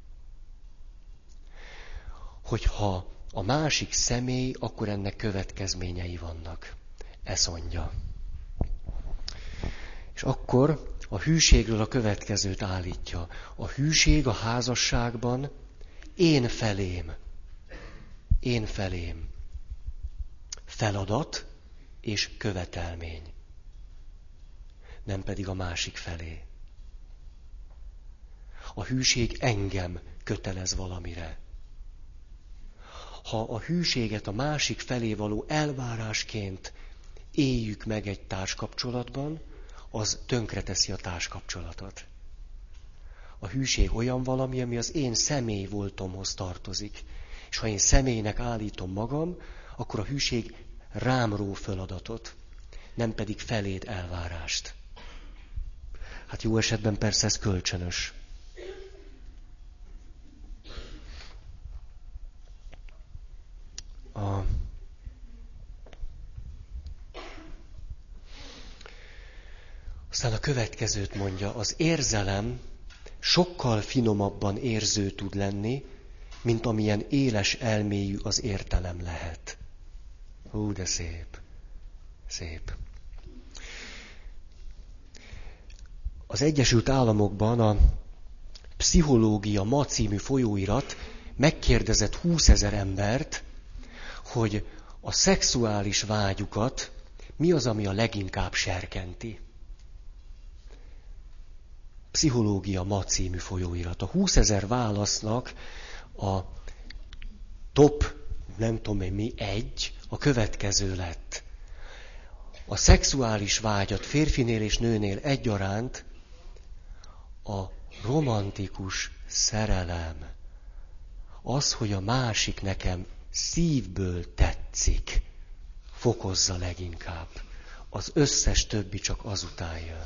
Hogyha a másik személy, akkor ennek következményei vannak. Ezt mondja. És akkor a hűségről a következőt állítja. A hűség a házasságban én felém. Én felém. Feladat és követelmény. Nem pedig a másik felé. A hűség engem kötelez valamire. Ha a hűséget a másik felé való elvárásként éljük meg egy társkapcsolatban, az tönkreteszi a társkapcsolatot. A hűség olyan valami, ami az én személy voltomhoz tartozik. És ha én személynek állítom magam, akkor a hűség rám ró feladatot, nem pedig feléd elvárást. Hát jó esetben persze ez kölcsönös. A... Aztán a következőt mondja, az érzelem sokkal finomabban érző tud lenni, mint amilyen éles elmélyű az értelem lehet. Hú, de szép. Szép. Az Egyesült Államokban a Pszichológia Ma című folyóirat megkérdezett húszezer embert, hogy a szexuális vágyukat mi az, ami a leginkább serkenti. Pszichológia Ma című folyóirat. A húszezer válasznak a top, nem tudom én mi, egy, a következő lett. A szexuális vágyat férfinél és nőnél egyaránt a romantikus szerelem. Az, hogy a másik nekem szívből tetszik, fokozza leginkább. Az összes többi csak azután jön.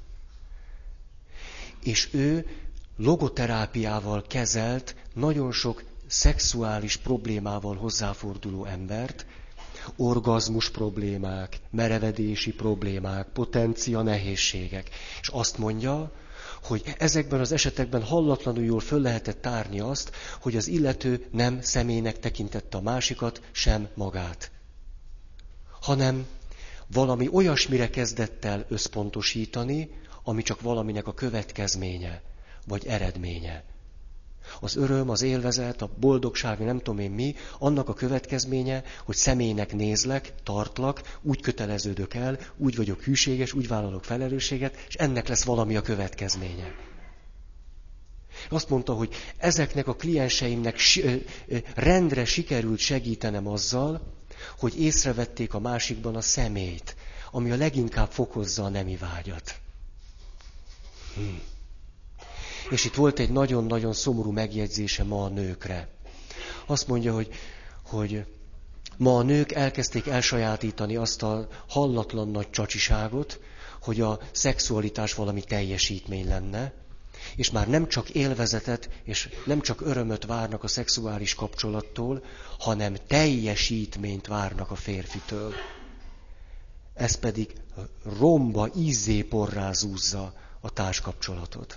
És ő logoterápiával kezelt nagyon sok szexuális problémával hozzáforduló embert, orgazmus problémák, merevedési problémák, potencia nehézségek. És azt mondja, hogy ezekben az esetekben hallatlanul jól föl lehetett tárni azt, hogy az illető nem személynek tekintette a másikat, sem magát, hanem valami olyasmire kezdett el összpontosítani, ami csak valaminek a következménye, vagy eredménye. Az öröm, az élvezet, a boldogság, nem tudom én mi, annak a következménye, hogy személynek nézlek, tartlak, úgy köteleződök el, úgy vagyok hűséges, úgy vállalok felelősséget, és ennek lesz valami a következménye. Azt mondta, hogy ezeknek a klienseimnek rendre sikerült segítenem azzal, hogy észrevették a másikban a személyt, ami a leginkább fokozza a nemi vágyat. Hm. És itt volt egy nagyon-nagyon szomorú megjegyzése ma a nőkre. Azt mondja, hogy, hogy ma a nők elkezdték elsajátítani azt a hallatlan nagy csacsiságot, hogy a szexualitás valami teljesítmény lenne, és már nem csak élvezetet, és nem csak örömöt várnak a szexuális kapcsolattól, hanem teljesítményt várnak a férfitől. Ez pedig romba, ízzé porrá zúzza a társkapcsolatot.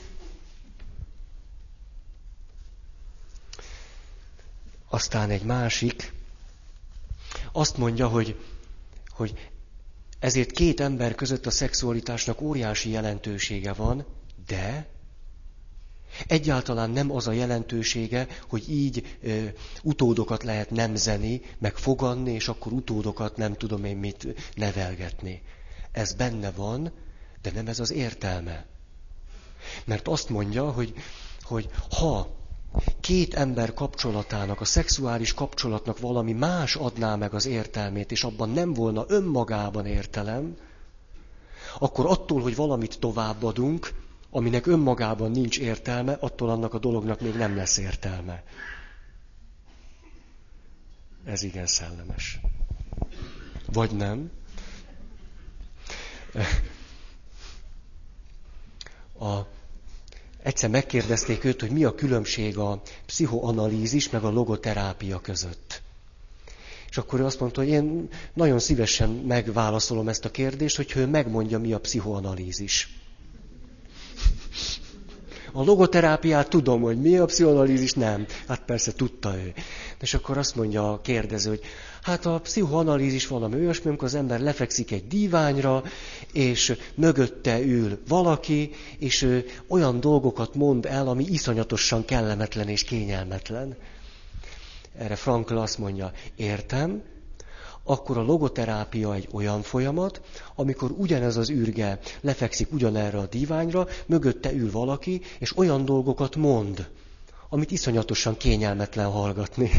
Aztán egy másik, azt mondja, hogy, hogy ezért két ember között a szexualitásnak óriási jelentősége van, de Egyáltalán nem az a jelentősége, hogy így ö, utódokat lehet nemzeni, meg foganni, és akkor utódokat nem tudom én mit nevelgetni. Ez benne van, de nem ez az értelme. Mert azt mondja, hogy, hogy ha két ember kapcsolatának, a szexuális kapcsolatnak valami más adná meg az értelmét, és abban nem volna önmagában értelem, akkor attól, hogy valamit továbbadunk, aminek önmagában nincs értelme, attól annak a dolognak még nem lesz értelme. Ez igen szellemes. Vagy nem? A, egyszer megkérdezték őt, hogy mi a különbség a pszichoanalízis meg a logoterápia között. És akkor ő azt mondta, hogy én nagyon szívesen megválaszolom ezt a kérdést, hogy ő megmondja, mi a pszichoanalízis. A logoterápiát tudom, hogy mi a pszichoanalízis, nem. Hát persze tudta ő. És akkor azt mondja a kérdező, hogy hát a pszichoanalízis valami olyasmi, amikor az ember lefekszik egy díványra, és mögötte ül valaki, és ő olyan dolgokat mond el, ami iszonyatosan kellemetlen és kényelmetlen. Erre Frankl azt mondja, értem, akkor a logoterápia egy olyan folyamat, amikor ugyanez az ürge lefekszik ugyanerre a díványra, mögötte ül valaki, és olyan dolgokat mond, amit iszonyatosan kényelmetlen hallgatni.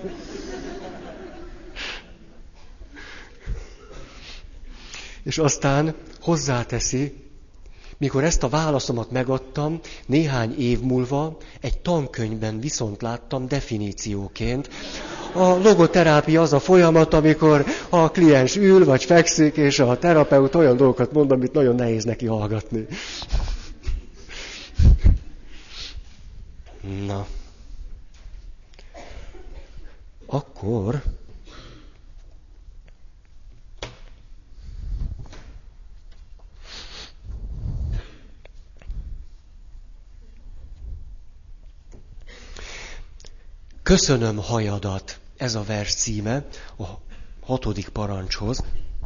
És aztán hozzáteszi, mikor ezt a válaszomat megadtam, néhány év múlva egy tankönyvben viszont láttam definícióként. A logoterápia az a folyamat, amikor a kliens ül vagy fekszik, és a terapeut olyan dolgokat mond, amit nagyon nehéz neki hallgatni. Na. Akkor... Köszönöm hajadat, ez a vers címe a hatodik parancshoz.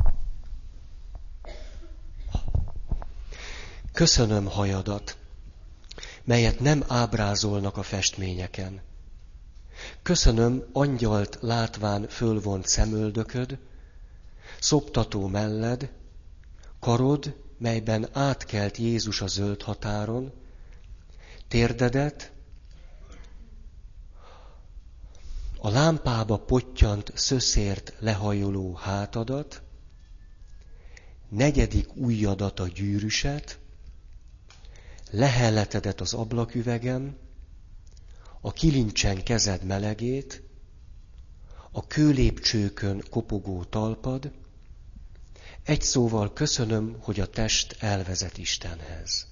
Köszönöm hajadat, melyet nem ábrázolnak a festményeken. Köszönöm angyalt látván fölvont szemöldököd, szoptató melled, karod, melyben átkelt Jézus a zöld határon, térdedet, a lámpába pottyant szöszért lehajoló hátadat, negyedik ujjadat a gyűrűset, lehelletedet az ablaküvegem, a kilincsen kezed melegét, a kőlépcsőkön kopogó talpad, egy szóval köszönöm, hogy a test elvezet Istenhez.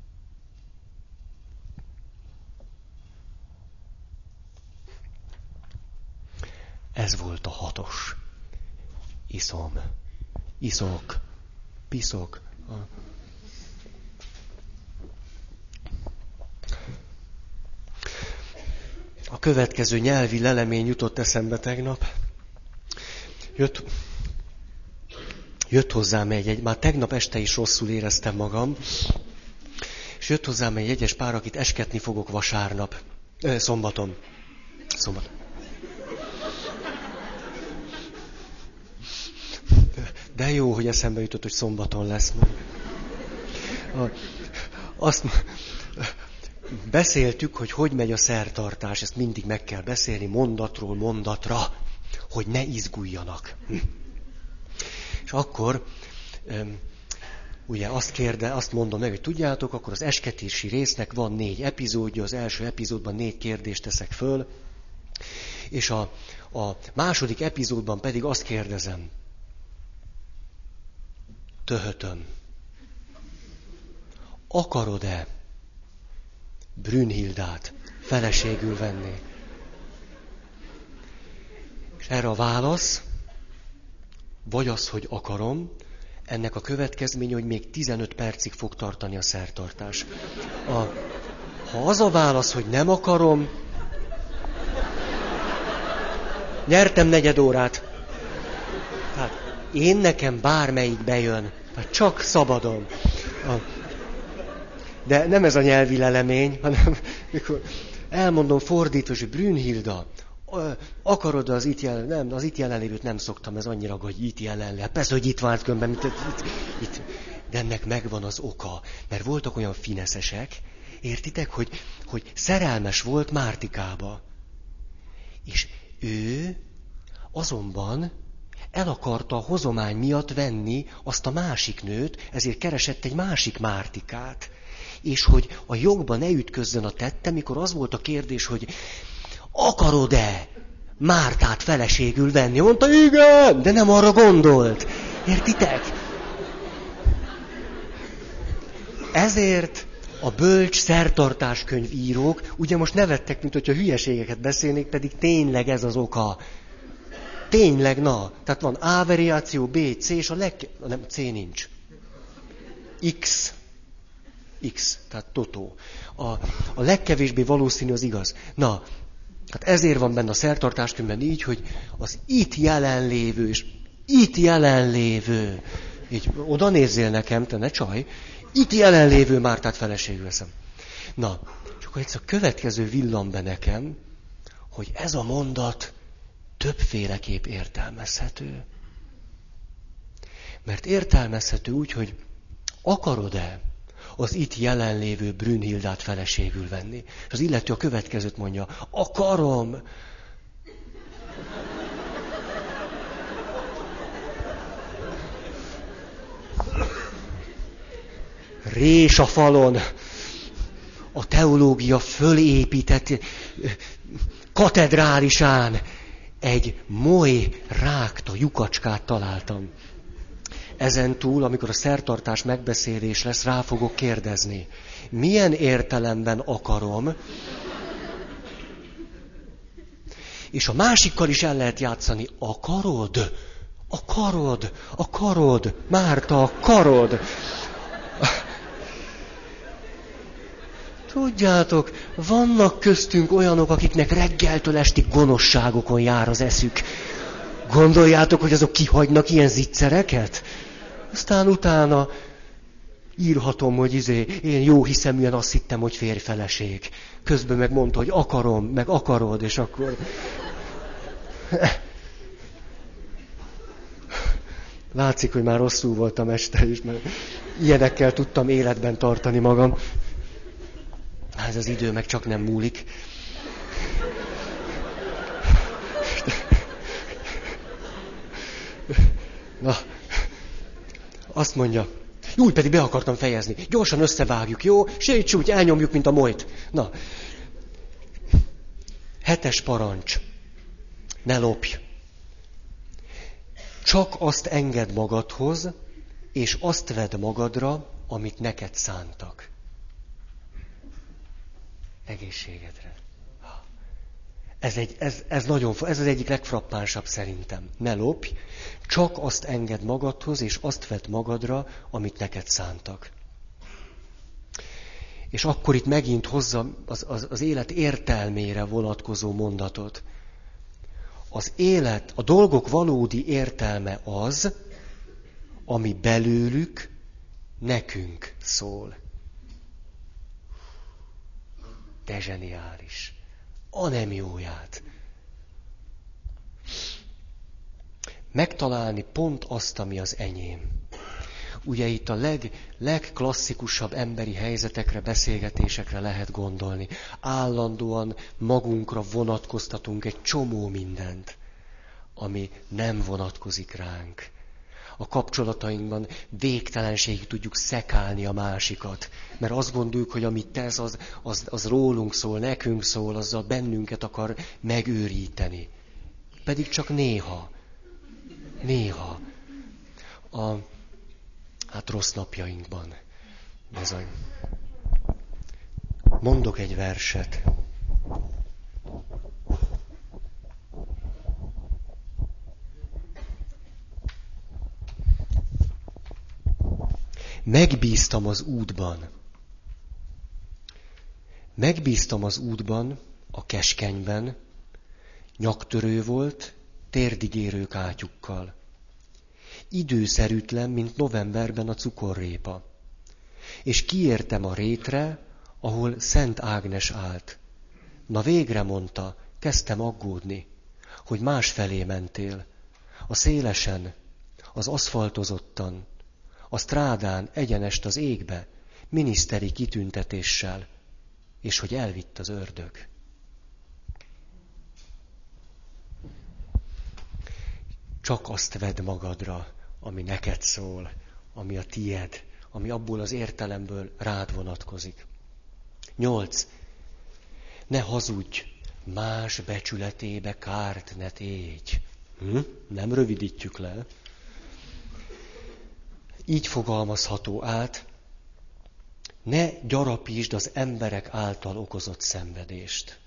Ez volt a hatos. Iszom. Iszok. Piszok. A következő nyelvi lelemény jutott eszembe tegnap. Jött, jött hozzám egy, egy, már tegnap este is rosszul éreztem magam, és jött hozzám egy egyes pár, akit esketni fogok vasárnap, ö, szombaton. Szombaton. De jó, hogy eszembe jutott, hogy szombaton lesz. Azt beszéltük, hogy hogy megy a szertartás, ezt mindig meg kell beszélni mondatról mondatra, hogy ne izguljanak. És akkor ugye azt kérde, azt mondom meg, hogy tudjátok, akkor az esketési résznek van négy epizódja, az első epizódban négy kérdést teszek föl, és a, a második epizódban pedig azt kérdezem, töhötöm, akarod-e Brünnhildát feleségül venni? És erre a válasz, vagy az, hogy akarom, ennek a következménye, hogy még tizenöt percig fog tartani a szertartás. A, ha az a válasz, hogy nem akarom, nyertem negyed órát. Tehát én nekem bármelyik bejön, tehát csak szabadon. A, De nem ez a nyelvi lelemény, hanem mikor elmondom fordítva, hogy Brünnhilda, akarod az itt jelen, nem, az itt jelenlévőt nem szoktam, ez annyira, hogy itt jelenlé. Hát persze, hogy itt vált könyvben, mint itt, itt. De ennek megvan az oka, mert voltak olyan fineszesek, értitek, hogy, hogy szerelmes volt Mártikába. És ő azonban el akarta a hozomány miatt venni azt a másik nőt, ezért keresett egy másik Mártikát. És hogy a jogba ne ütközzön a tette, mikor az volt a kérdés, hogy akarod-e Mártát feleségül venni? Mondta, igen, de nem arra gondolt. Értitek? Ezért a bölcs szertartáskönyv írók, ugye most nevettek, mint hogyha hülyeségeket beszélnék, pedig tényleg ez az oka. Tényleg, na. Tehát van A variáció, B, C, és a leg... Nem, C nincs. X. X, tehát totó. A, a legkevésbé valószínű az igaz. Na, hát ezért van benne a szertartáskönyvben így, hogy az itt jelenlévő, és itt jelenlévő, így oda nézzél nekem, te ne csaj, itt jelenlévő Mártát feleségül veszem. Na, és akkor egyszer a következő villan be nekem, hogy ez a mondat többféleképp értelmezhető. Mert értelmezhető úgy, hogy akarod-e az itt jelenlévő Brünnhildát feleségül venni? És az illető a következőt mondja, akarom. Rés a falon, a teológia fölépített katedrálisán egy moly rákta lyukacskát találtam. Ezen túl, amikor a szertartás megbeszélés lesz, rá fogok kérdezni. Milyen értelemben akarom? És a másikkal is el lehet játszani. Akarod? Akarod? Akarod? Márta, akarod? Tudjátok, vannak köztünk olyanok, akiknek reggeltől estig gonoszságokon jár az eszük. Gondoljátok, hogy azok kihagynak ilyen zicsereket? Aztán utána írhatom, hogy izé, én jó hiszeműen azt hittem, hogy férjfeleség. Közben meg mondta, hogy akarom, meg akarod, és akkor... Látszik, hogy már rosszul voltam este is, mert ilyenekkel tudtam életben tartani magam. Ez az idő meg csak nem múlik. Na, azt mondja, úgy pedig be akartam fejezni. Gyorsan összevágjuk, jó? Ségy úgy elnyomjuk, mint a molyt. Na, hetes parancs. Ne lopj. Csak azt engedd magadhoz, és azt vedd magadra, amit neked szántak. Egészségedre. Ez, egy, ez, ez, nagyon, ez az egyik legfrappánsabb szerintem. Ne lopj, csak azt engedd magadhoz, és azt vedd magadra, amit neked szántak. És akkor itt megint hozza az, az, az élet értelmére vonatkozó mondatot. Az élet, a dolgok valódi értelme az, ami belőlük nekünk szól. De zseniális. A nem jóját. Megtalálni pont azt, ami az enyém. Ugye itt a leg, legklasszikusabb emberi helyzetekre, beszélgetésekre lehet gondolni. Állandóan magunkra vonatkoztatunk egy csomó mindent, ami nem vonatkozik ránk. A kapcsolatainkban végtelenségig tudjuk szekálni a másikat, mert azt gondoljuk, hogy amit tesz, az, az, az rólunk szól, nekünk szól, azzal bennünket akar megőríteni. Pedig csak néha. Néha. A, hát rossz napjainkban. Bizony. Mondok egy verset. Megbíztam az útban. Megbíztam az útban, a keskenyben, nyaktörő volt, térdigérő kátyukkal. Időszerűtlen, mint novemberben a cukorrépa. És kiértem a rétre, ahol Szent Ágnes állt. Na végre, mondta, kezdtem aggódni, hogy más felé mentél. A szélesen, az aszfaltozottan, a strádán egyenest az égbe, miniszteri kitüntetéssel, és hogy elvitt az ördög. Csak azt vedd magadra, ami neked szól, ami a tied, ami abból az értelemből rád vonatkozik. Nyolc. Ne hazudj, más becsületébe kárt ne tégy. Hm? Nem rövidítjük le. Így fogalmazható át, ne gyarapítsd az emberek által okozott szenvedést.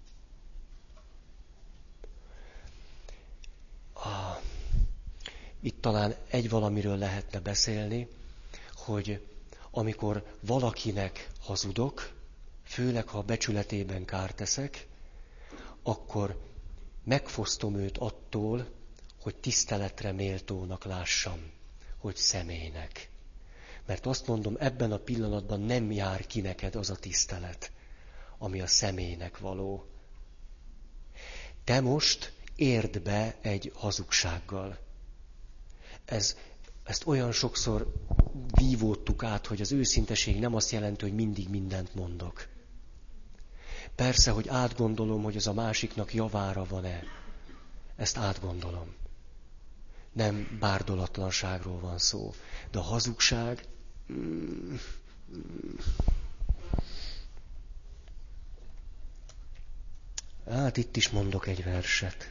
Ah, itt talán egy valamiről lehetne beszélni, hogy amikor valakinek hazudok, főleg ha a becsületében kárt teszek, akkor megfosztom őt attól, hogy tiszteletre méltónak lássam, hogy személynek. Mert azt mondom, ebben a pillanatban nem jár ki neked az a tisztelet, ami a személynek való. Te most érd be egy hazugsággal. Ez, ezt olyan sokszor vívódtuk át, hogy az őszinteség nem azt jelenti, hogy mindig mindent mondok. Persze, hogy átgondolom, hogy az a másiknak javára van-e. Ezt átgondolom. Nem bárdolatlanságról van szó. De a hazugság... Hát itt is mondok egy verset.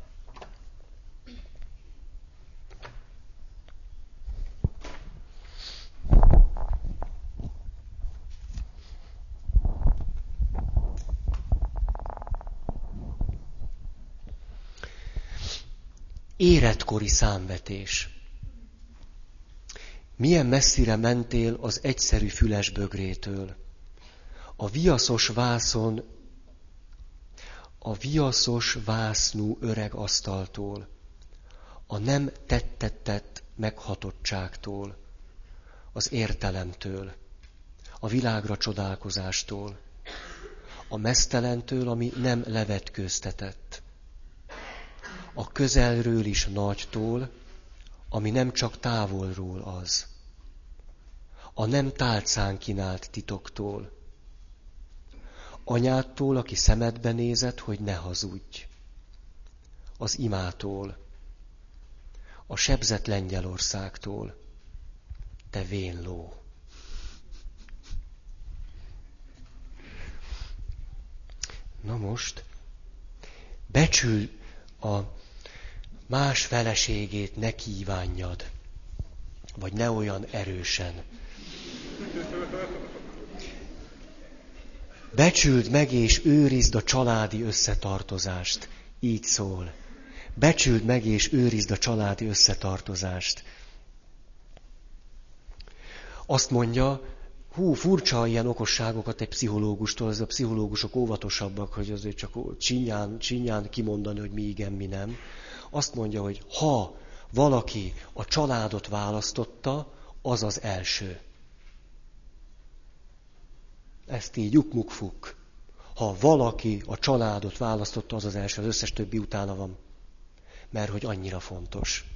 Éretkori számvetés. Milyen messzire mentél az egyszerű füles bögrétől? A viaszos vászon, a viaszos vásznú öreg asztaltól, a nem tettetett meghatottságtól, az értelemtől, a világra csodálkozástól, a meztelentől, ami nem levetkőztetett, a közelről is nagytól, ami nem csak távolról az, a nem tálcán kínált titoktól, anyádtól, aki szemedbe nézett, hogy ne hazudj, az imától, a sebzett Lengyelországtól, te vén ló. Na most, becsül a más feleségét, ne kívánjad, vagy ne olyan erősen. Becsüld meg és őrizd a családi összetartozást. Így szól. Becsüld meg és őrizd a családi összetartozást. Azt mondja, hú, furcsa ilyen okosságokat egy pszichológustól, ez a pszichológusok óvatosabbak, hogy azért csak csinyán, csinyán kimondani, hogy mi igen, mi nem. Azt mondja, hogy ha valaki a családot választotta, az az első. Ezt így uk-muk-fuk. Ha valaki a családot választotta, az az első, az összes többi utána van. Mert hogy annyira fontos.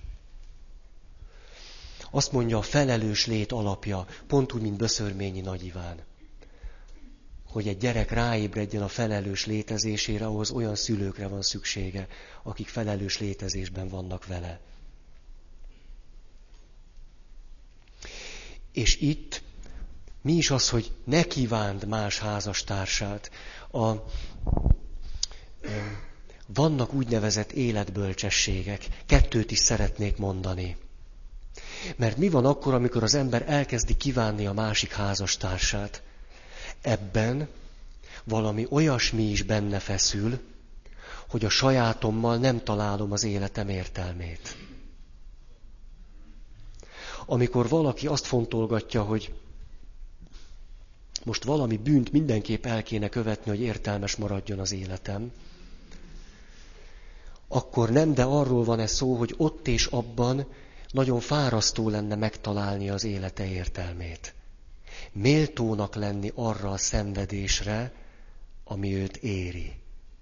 Azt mondja, a felelős lét alapja, pont úgy, mint Böszörményi Nagy Iván. Hogy egy gyerek ráébredjen a felelős létezésére, ahhoz olyan szülőkre van szüksége, akik felelős létezésben vannak vele. És itt mi is az, hogy ne kívánd más házastársát? A, vannak úgynevezett életbölcsességek. Kettőt is szeretnék mondani. Mert mi van akkor, amikor az ember elkezdi kívánni a másik házastársát? Ebben valami olyasmi is benne feszül, hogy a sajátommal nem találom az életem értelmét. Amikor valaki azt fontolgatja, hogy most valami bűnt mindenképp el kéne követni, hogy értelmes maradjon az életem, akkor nem, de arról van ez szó, hogy ott és abban nagyon fárasztó lenne megtalálni az élete értelmét. méltónak lenni arra a szenvedésre, ami őt éri.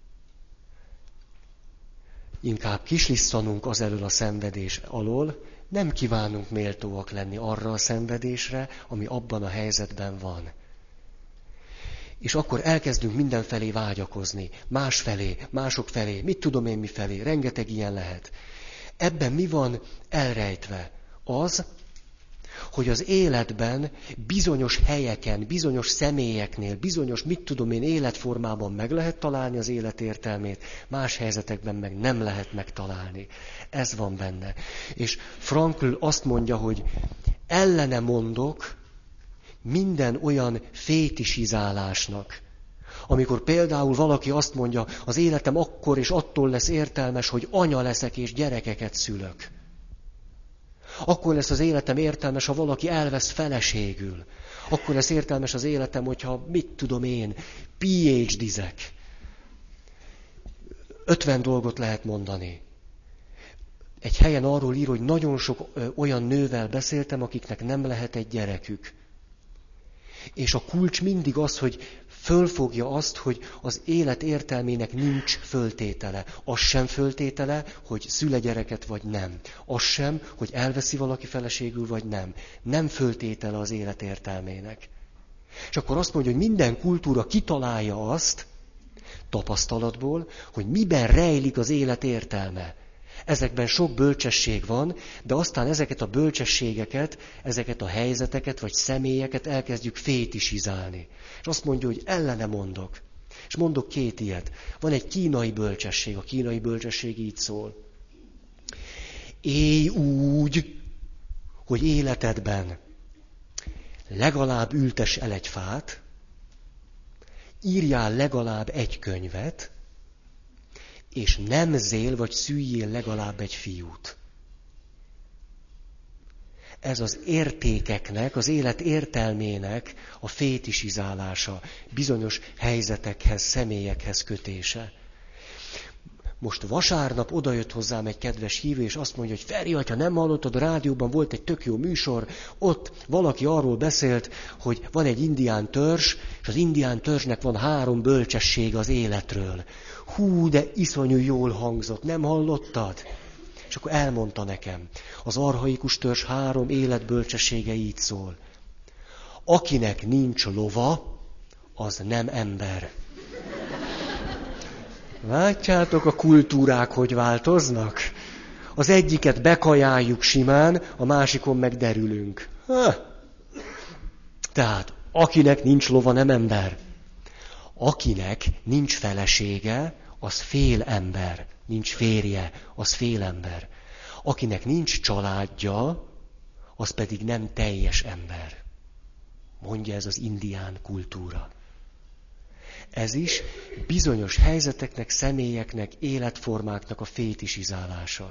Inkább kislisszanunk az elől a szenvedés alól, nem kívánunk méltóak lenni arra a szenvedésre, ami abban a helyzetben van. És akkor elkezdünk mindenfelé vágyakozni, másfelé, mások felé, mit tudom én mi felé, rengeteg ilyen lehet. Ebben mi van elrejtve? Az, hogy az életben bizonyos helyeken, bizonyos személyeknél, bizonyos, mit tudom én, életformában meg lehet találni az élet értelmét, más helyzetekben meg nem lehet megtalálni. Ez van benne. És Frankl azt mondja, hogy ellene mondok minden olyan fétisizálásnak. Amikor például valaki azt mondja, az életem akkor és attól lesz értelmes, hogy anya leszek és gyerekeket szülök. Akkor lesz az életem értelmes, ha valaki elvesz feleségül. Akkor lesz értelmes az életem, hogyha, mit tudom én, pé há dé-zek. ötven dolgot lehet mondani. Egy helyen arról ír, hogy nagyon sok olyan nővel beszéltem, akiknek nem lehet egy gyerekük. És a kulcs mindig az, hogy fölfogja azt, hogy az élet értelmének nincs föltétele. Az sem föltétele, hogy szüle gyereket vagy nem. Az sem, hogy elveszi valaki feleségül vagy nem. Nem föltétele az élet értelmének. És akkor azt mondja, hogy minden kultúra kitalálja azt tapasztalatból, hogy miben rejlik az élet értelme. Ezekben sok bölcsesség van, de aztán ezeket a bölcsességeket, ezeket a helyzeteket vagy személyeket elkezdjük fétisizálni. És azt mondja, hogy ellene mondok. És mondok két ilyet. Van egy kínai bölcsesség, a kínai bölcsesség így szól. Élj úgy, hogy életedben legalább ültess el egy fát, írjál legalább egy könyvet, és nemzél vagy szüljél legalább egy fiút. Ez az értékeknek, az élet értelmének a fétisizálása, bizonyos helyzetekhez, személyekhez kötése. Most vasárnap odajött hozzám egy kedves hívő, és azt mondja, hogy Feri, ha nem hallottad, a rádióban volt egy tök jó műsor, ott valaki arról beszélt, hogy van egy indián törzs, és az indián törzsnek van három bölcsesség az életről. Hú, de iszonyú jól hangzott, nem hallottad? És akkor elmondta nekem, az archaikus törzs három életbölcsessége így szól. Akinek nincs lova, az nem ember. Látjátok, a kultúrák hogy változnak? Az egyiket bekajáljuk simán, a másikon meg derülünk. Ha. Tehát, akinek nincs lova, nem ember. Akinek nincs felesége, az fél ember. Nincs férje, az fél ember. Akinek nincs családja, az pedig nem teljes ember. Mondja ez az indián kultúra. Ez is bizonyos helyzeteknek, személyeknek, életformáknak a fétisizálása.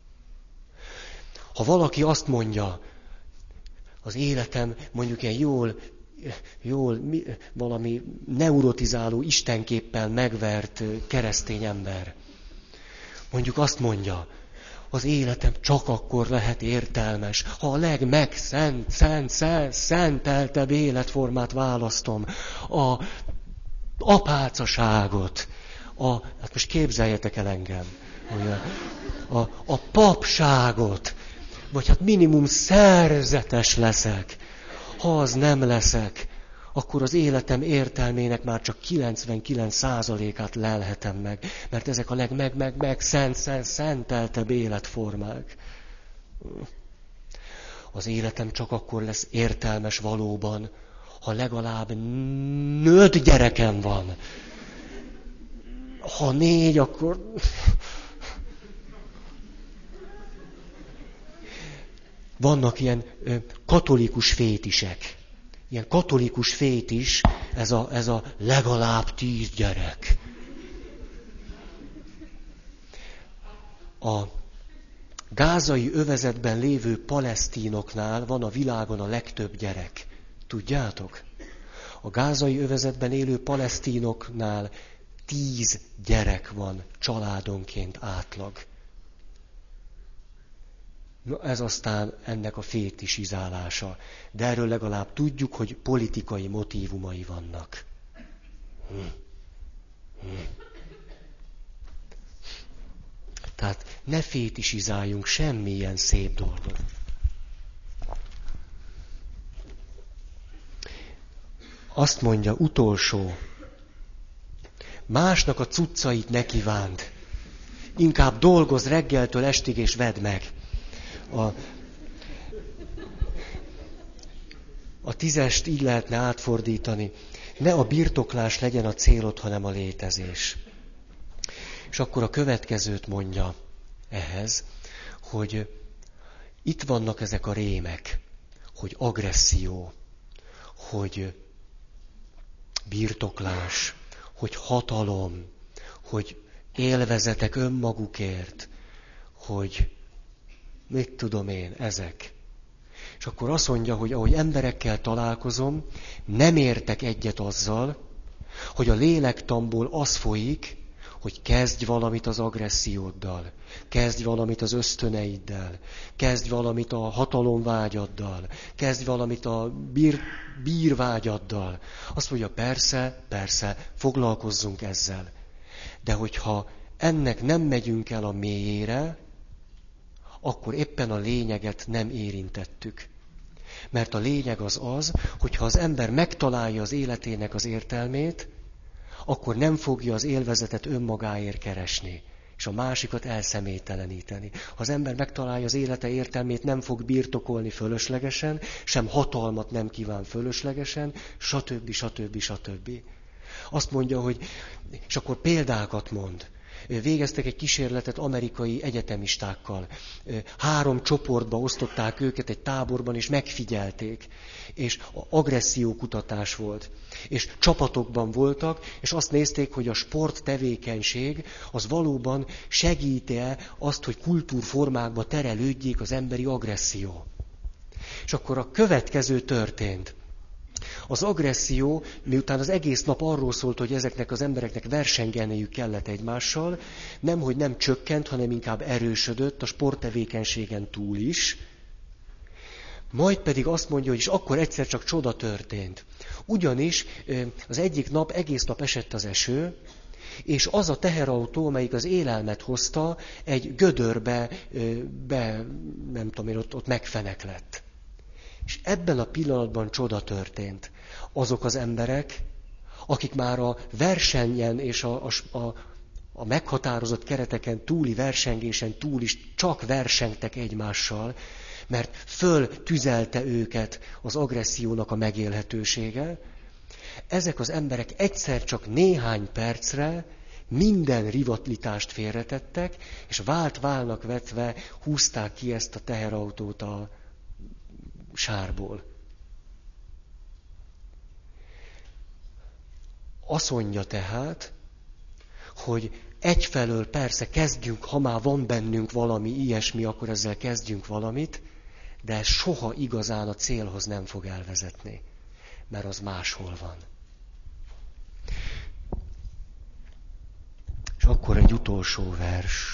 Ha valaki azt mondja, az életem mondjuk ilyen jól, jól valami neurotizáló, istenképpel megvert keresztény ember, mondjuk azt mondja, az életem csak akkor lehet értelmes, ha a legmegszent, szent, szent, szenteltebb életformát választom, a apácaságot, a, hát most képzeljetek el engem, a, a papságot, vagy hát minimum szerzetes leszek. Ha az nem leszek, akkor az életem értelmének már csak kilencvenkilenc százalékát lelhetem meg, mert ezek a legmeg, meg, meg, szent, szent, szenteltebb életformák. Az életem csak akkor lesz értelmes valóban, ha legalább öt gyerekem van. Ha négy, akkor... Vannak ilyen ö, katolikus fétisek. Ilyen katolikus fétis, ez a, ez a legalább tíz gyerek. A gázai övezetben lévő palesztinoknál van a világon a legtöbb gyerek. Tudjátok? A gázai övezetben élő palesztinoknál tíz gyerek van családonként átlag. Na ez aztán ennek a fétisizálása. De erről legalább tudjuk, hogy politikai motívumai vannak. Hm. Hm. Tehát ne fétisizáljunk semmilyen szép dolgot. Azt mondja, utolsó, másnak a cuccait ne kívánd. Inkább dolgozz reggeltől estig és vedd meg. A, a tízest így lehetne átfordítani. Ne a birtoklás legyen a célod, hanem a létezés. És akkor a következőt mondja ehhez, hogy itt vannak ezek a rémek, hogy agresszió, hogy birtoklás, hogy hatalom, hogy élvezetek önmagukért, hogy mit tudom én, ezek. És akkor azt mondja, hogy ahogy emberekkel találkozom, nem értek egyet azzal, hogy a lélektamból az folyik, hogy kezdj valamit az agresszióddal, kezdj valamit az ösztöneiddel, kezdj valamit a hatalomvágyaddal, kezdj valamit a bír, bírvágyaddal. Azt mondja, persze, persze, foglalkozzunk ezzel. De hogyha ennek nem megyünk el a mélyére, akkor éppen a lényeget nem érintettük. Mert a lényeg az az, hogyha az ember megtalálja az életének az értelmét, akkor nem fogja az élvezetet önmagáért keresni, és a másikat elszemélyteleníteni. Ha az ember megtalálja az élete értelmét, nem fog birtokolni fölöslegesen, sem hatalmat nem kíván fölöslegesen, stb. stb. stb. Azt mondja, hogy, és akkor példákat mond. Végeztek egy kísérletet amerikai egyetemistákkal. Három csoportba osztották őket egy táborban, és megfigyelték. És agressziókutatás volt. És csapatokban voltak, és azt nézték, hogy a sporttevékenység az valóban segíti-e azt, hogy kultúrformákba terelődjék az emberi agresszió. És akkor a következő történt. Az agresszió, miután az egész nap arról szólt, hogy ezeknek az embereknek versengeniük kellett egymással, nemhogy nem csökkent, hanem inkább erősödött a sporttevékenységen túl is. Majd pedig azt mondja, hogy is akkor egyszer csak csoda történt. Ugyanis az egyik nap, egész nap esett az eső, és az a teherautó, amelyik az élelmet hozta, egy gödörbe, be, nem tudom én, ott, ott megfenek lett. És ebben a pillanatban csoda történt. Azok az emberek, akik már a versenyen és a, a, a, a meghatározott kereteken túli versengésen túl is csak versengtek egymással, mert föltüzelte őket az agressziónak a megélhetősége, ezek az emberek egyszer csak néhány percre minden rivalitást félretettek, és vált válnak vetve húzták ki ezt a teherautót a sárból. Azt mondja tehát, hogy egyfelől persze kezdjünk, ha már van bennünk valami ilyesmi, akkor ezzel kezdjünk valamit, de ez soha igazán a célhoz nem fog elvezetni, mert az máshol van. És akkor egy utolsó vers.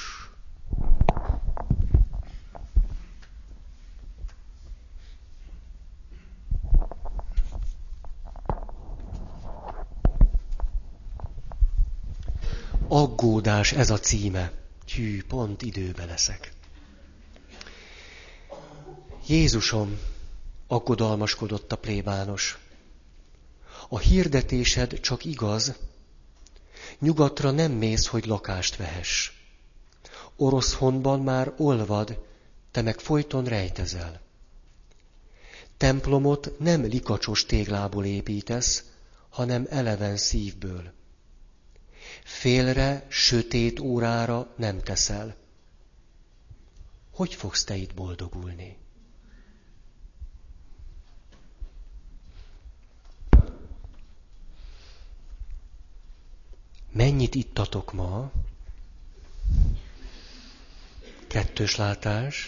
Aggódás, ez a címe. Hű, pont időbe leszek. Jézusom, aggodalmaskodott a plébános. A hirdetésed csak igaz, nyugatra nem mész, hogy lakást vehess. Oroszhonban már olvad, te meg folyton rejtezel. Templomot nem likacsos téglából építesz, hanem eleven szívből. Félre, sötét órára nem teszel. Hogy fogsz te itt boldogulni? Mennyit ittatok ma? Kettős látás.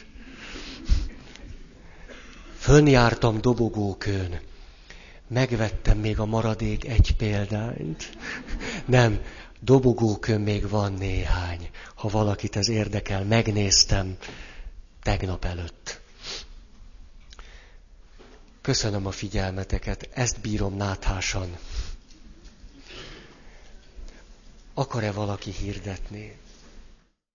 Fönnjártam dobogókön. Megvettem még a maradék egy példányt. Nem, dobogókön még van néhány. Ha valakit ez érdekel, megnéztem. tegnap előtt. Köszönöm a figyelmeteket, ezt bírom náthásan. Akar-e valaki hirdetni?